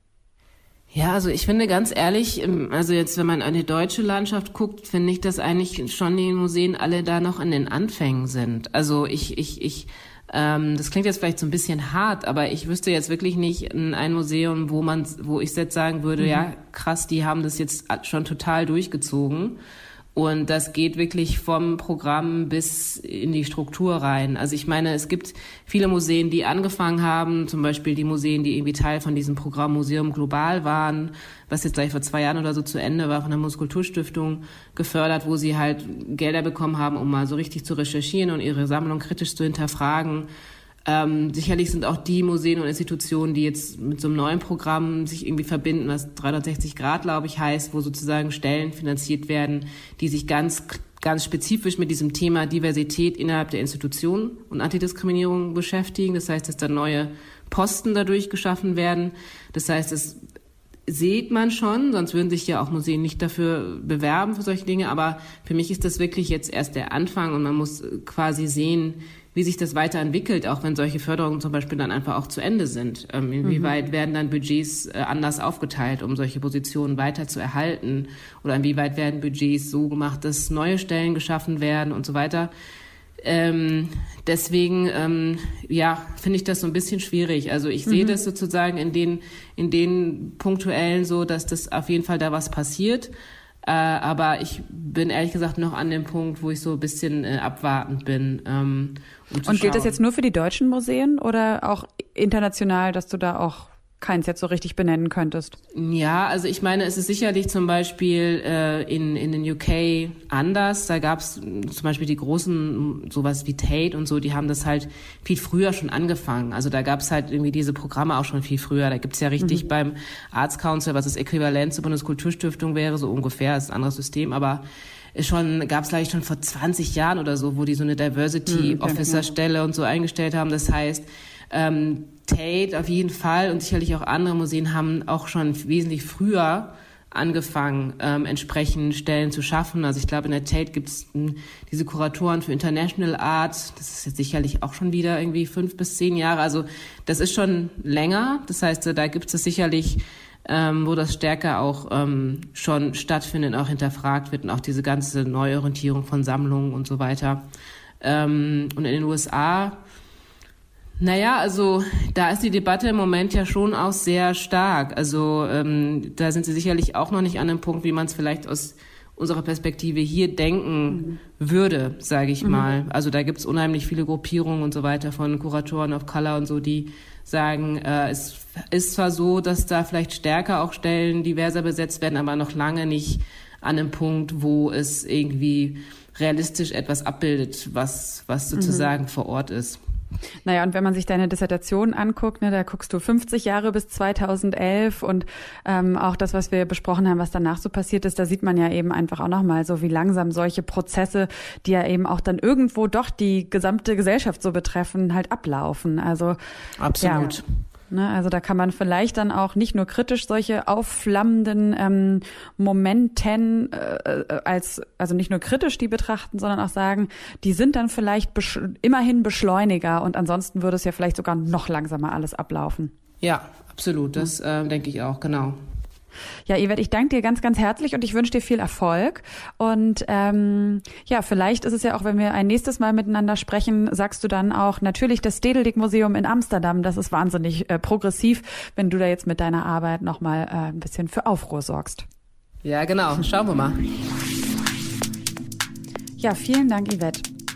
Ja, also ich finde ganz ehrlich, also jetzt, wenn man an die deutsche Landschaft guckt, finde ich, dass eigentlich schon die Museen alle da noch in den Anfängen sind. Also ich, ich, ich, ähm, das klingt jetzt vielleicht so ein bisschen hart, aber ich wüsste jetzt wirklich nicht ein Museum, wo man, wo ich jetzt sagen würde, mhm. ja, krass, die haben das jetzt schon total durchgezogen. Und das geht wirklich vom Programm bis in die Struktur rein. Also ich meine, es gibt viele Museen, die angefangen haben, zum Beispiel die Museen, die irgendwie Teil von diesem Programm Museum Global waren, was jetzt gleich vor zwei Jahren oder so zu Ende war, von der Bundeskulturstiftung gefördert, wo sie halt Gelder bekommen haben, um mal so richtig zu recherchieren und ihre Sammlung kritisch zu hinterfragen. Ähm, sicherlich sind auch die Museen und Institutionen, die jetzt mit so einem neuen Programm sich irgendwie verbinden, was dreihundertsechzig Grad, glaube ich, heißt, wo sozusagen Stellen finanziert werden, die sich ganz, ganz spezifisch mit diesem Thema Diversität innerhalb der Institutionen und Antidiskriminierung beschäftigen. Das heißt, dass da neue Posten dadurch geschaffen werden. Das heißt, es sieht man schon, sonst würden sich ja auch Museen nicht dafür bewerben für solche Dinge. Aber für mich ist das wirklich jetzt erst der Anfang und man muss quasi sehen, wie sich das weiterentwickelt, auch wenn solche Förderungen zum Beispiel dann einfach auch zu Ende sind. Ähm, inwieweit mhm. werden dann Budgets äh, anders aufgeteilt, um solche Positionen weiter zu erhalten? Oder inwieweit werden Budgets so gemacht, dass neue Stellen geschaffen werden und so weiter? Ähm, deswegen, ähm, ja, finde ich das so ein bisschen schwierig. Also ich mhm. sehe das sozusagen in den, in den punktuellen so, dass das auf jeden Fall da was passiert. Äh, aber ich bin ehrlich gesagt noch an dem Punkt, wo ich so ein bisschen äh, abwartend bin. Ähm, um Und gilt das jetzt nur für die deutschen Museen oder auch international, dass du da auch keins jetzt so richtig benennen könntest? Ja, also ich meine, es ist sicherlich zum Beispiel äh, in, in den U K anders. Da gab es zum Beispiel die großen, sowas wie Tate und so, die haben das halt viel früher schon angefangen. Also da gab es halt irgendwie diese Programme auch schon viel früher. Da gibt's ja richtig mhm. beim Arts Council, was das Äquivalent zur Bundeskulturstiftung wäre, so ungefähr, das ist ein anderes System, aber schon gab es gleich schon vor zwanzig Jahren oder so, wo die so eine Diversity Officer Stelle und so eingestellt haben. Das heißt, ähm, Tate auf jeden Fall und sicherlich auch andere Museen haben auch schon wesentlich früher angefangen, ähm, entsprechend Stellen zu schaffen. Also ich glaube, in der Tate gibt es diese Kuratoren für International Art. Das ist jetzt sicherlich auch schon wieder irgendwie fünf bis zehn Jahre. Also das ist schon länger. Das heißt, da gibt es das sicherlich, ähm, wo das stärker auch ähm, schon stattfindet, auch hinterfragt wird und auch diese ganze Neuorientierung von Sammlungen und so weiter. Ähm, und in den U S A, naja, also da ist die Debatte im Moment ja schon auch sehr stark. Also ähm, da sind sie sicherlich auch noch nicht an dem Punkt, wie man es vielleicht aus unserer Perspektive hier denken mhm. würde, sage ich mhm. mal. Also da gibt es unheimlich viele Gruppierungen und so weiter von Kuratoren of Color und so, die sagen, äh, es ist zwar so, dass da vielleicht stärker auch Stellen diverser besetzt werden, aber noch lange nicht an einem Punkt, wo es irgendwie realistisch etwas abbildet, was, was sozusagen mhm. vor Ort ist. Naja, und wenn man sich deine Dissertation anguckt, ne, da guckst du fünfzig Jahre bis zweitausendelf und ähm, auch das, was wir besprochen haben, was danach so passiert ist, da sieht man ja eben einfach auch nochmal so, wie langsam solche Prozesse, die ja eben auch dann irgendwo doch die gesamte Gesellschaft so betreffen, halt ablaufen. Also absolut. Ja. Ne, also da kann man vielleicht dann auch nicht nur kritisch solche aufflammenden ähm, Momenten äh, als, also nicht nur kritisch die betrachten, sondern auch sagen, die sind dann vielleicht besch- immerhin Beschleuniger und ansonsten würde es ja vielleicht sogar noch langsamer alles ablaufen. Ja, absolut, das äh, denke ich auch, genau. Ja, Yvette, ich danke dir ganz, ganz herzlich und ich wünsche dir viel Erfolg. Und ähm, ja, vielleicht ist es ja auch, wenn wir ein nächstes Mal miteinander sprechen, sagst du dann auch natürlich das Stedelijk-Museum in Amsterdam, das ist wahnsinnig äh, progressiv, wenn du da jetzt mit deiner Arbeit nochmal äh, ein bisschen für Aufruhr sorgst. Ja, genau. Schauen wir mal. Ja, vielen Dank, Yvette.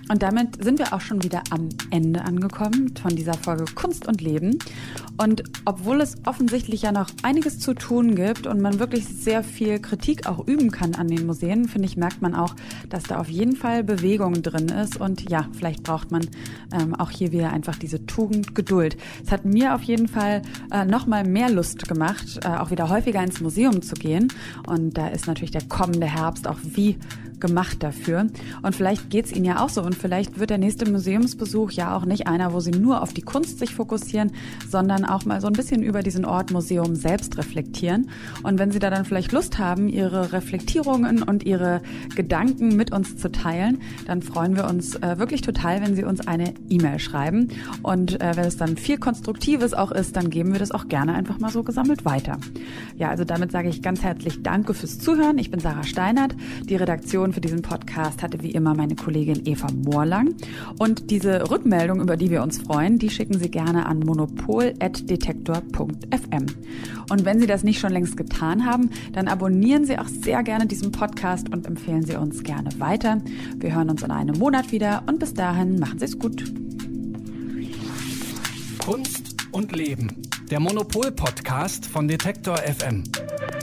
Und damit sind wir auch schon wieder am Ende angekommen von dieser Folge Kunst und Leben. Und obwohl es offensichtlich ja noch einiges zu tun gibt und man wirklich sehr viel Kritik auch üben kann an den Museen, finde ich, merkt man auch, dass da auf jeden Fall Bewegung drin ist. Und ja, vielleicht braucht man ähm, auch hier wieder einfach diese Tugend Geduld. Es hat mir auf jeden Fall äh, noch mal mehr Lust gemacht, äh, auch wieder häufiger ins Museum zu gehen. Und da ist natürlich der kommende Herbst auch wie gemacht dafür. Und vielleicht geht's Ihnen ja auch so und vielleicht wird der nächste Museumsbesuch ja auch nicht einer, wo Sie nur auf die Kunst sich fokussieren, sondern auch mal so ein bisschen über diesen Ort Museum selbst reflektieren. Und wenn Sie da dann vielleicht Lust haben, Ihre Reflektierungen und Ihre Gedanken mit uns zu teilen, dann freuen wir uns äh, wirklich total, wenn Sie uns eine E-Mail schreiben. Und äh, wenn es dann viel Konstruktives auch ist, dann geben wir das auch gerne einfach mal so gesammelt weiter. Ja, also damit sage ich ganz herzlich Danke fürs Zuhören. Ich bin Sarah Steinert. Die Redaktion für diesen Podcast hatte wie immer meine Kollegin Eva Moorlang. Und diese Rückmeldung, über die wir uns freuen, die schicken Sie gerne an monopol at detektor punkt f m. Und wenn Sie das nicht schon längst getan haben, dann abonnieren Sie auch sehr gerne diesen Podcast und empfehlen Sie uns gerne weiter. Wir hören uns in einem Monat wieder und bis dahin machen Sie es gut. Kunst und Leben, der Monopol-Podcast von Detektor F M.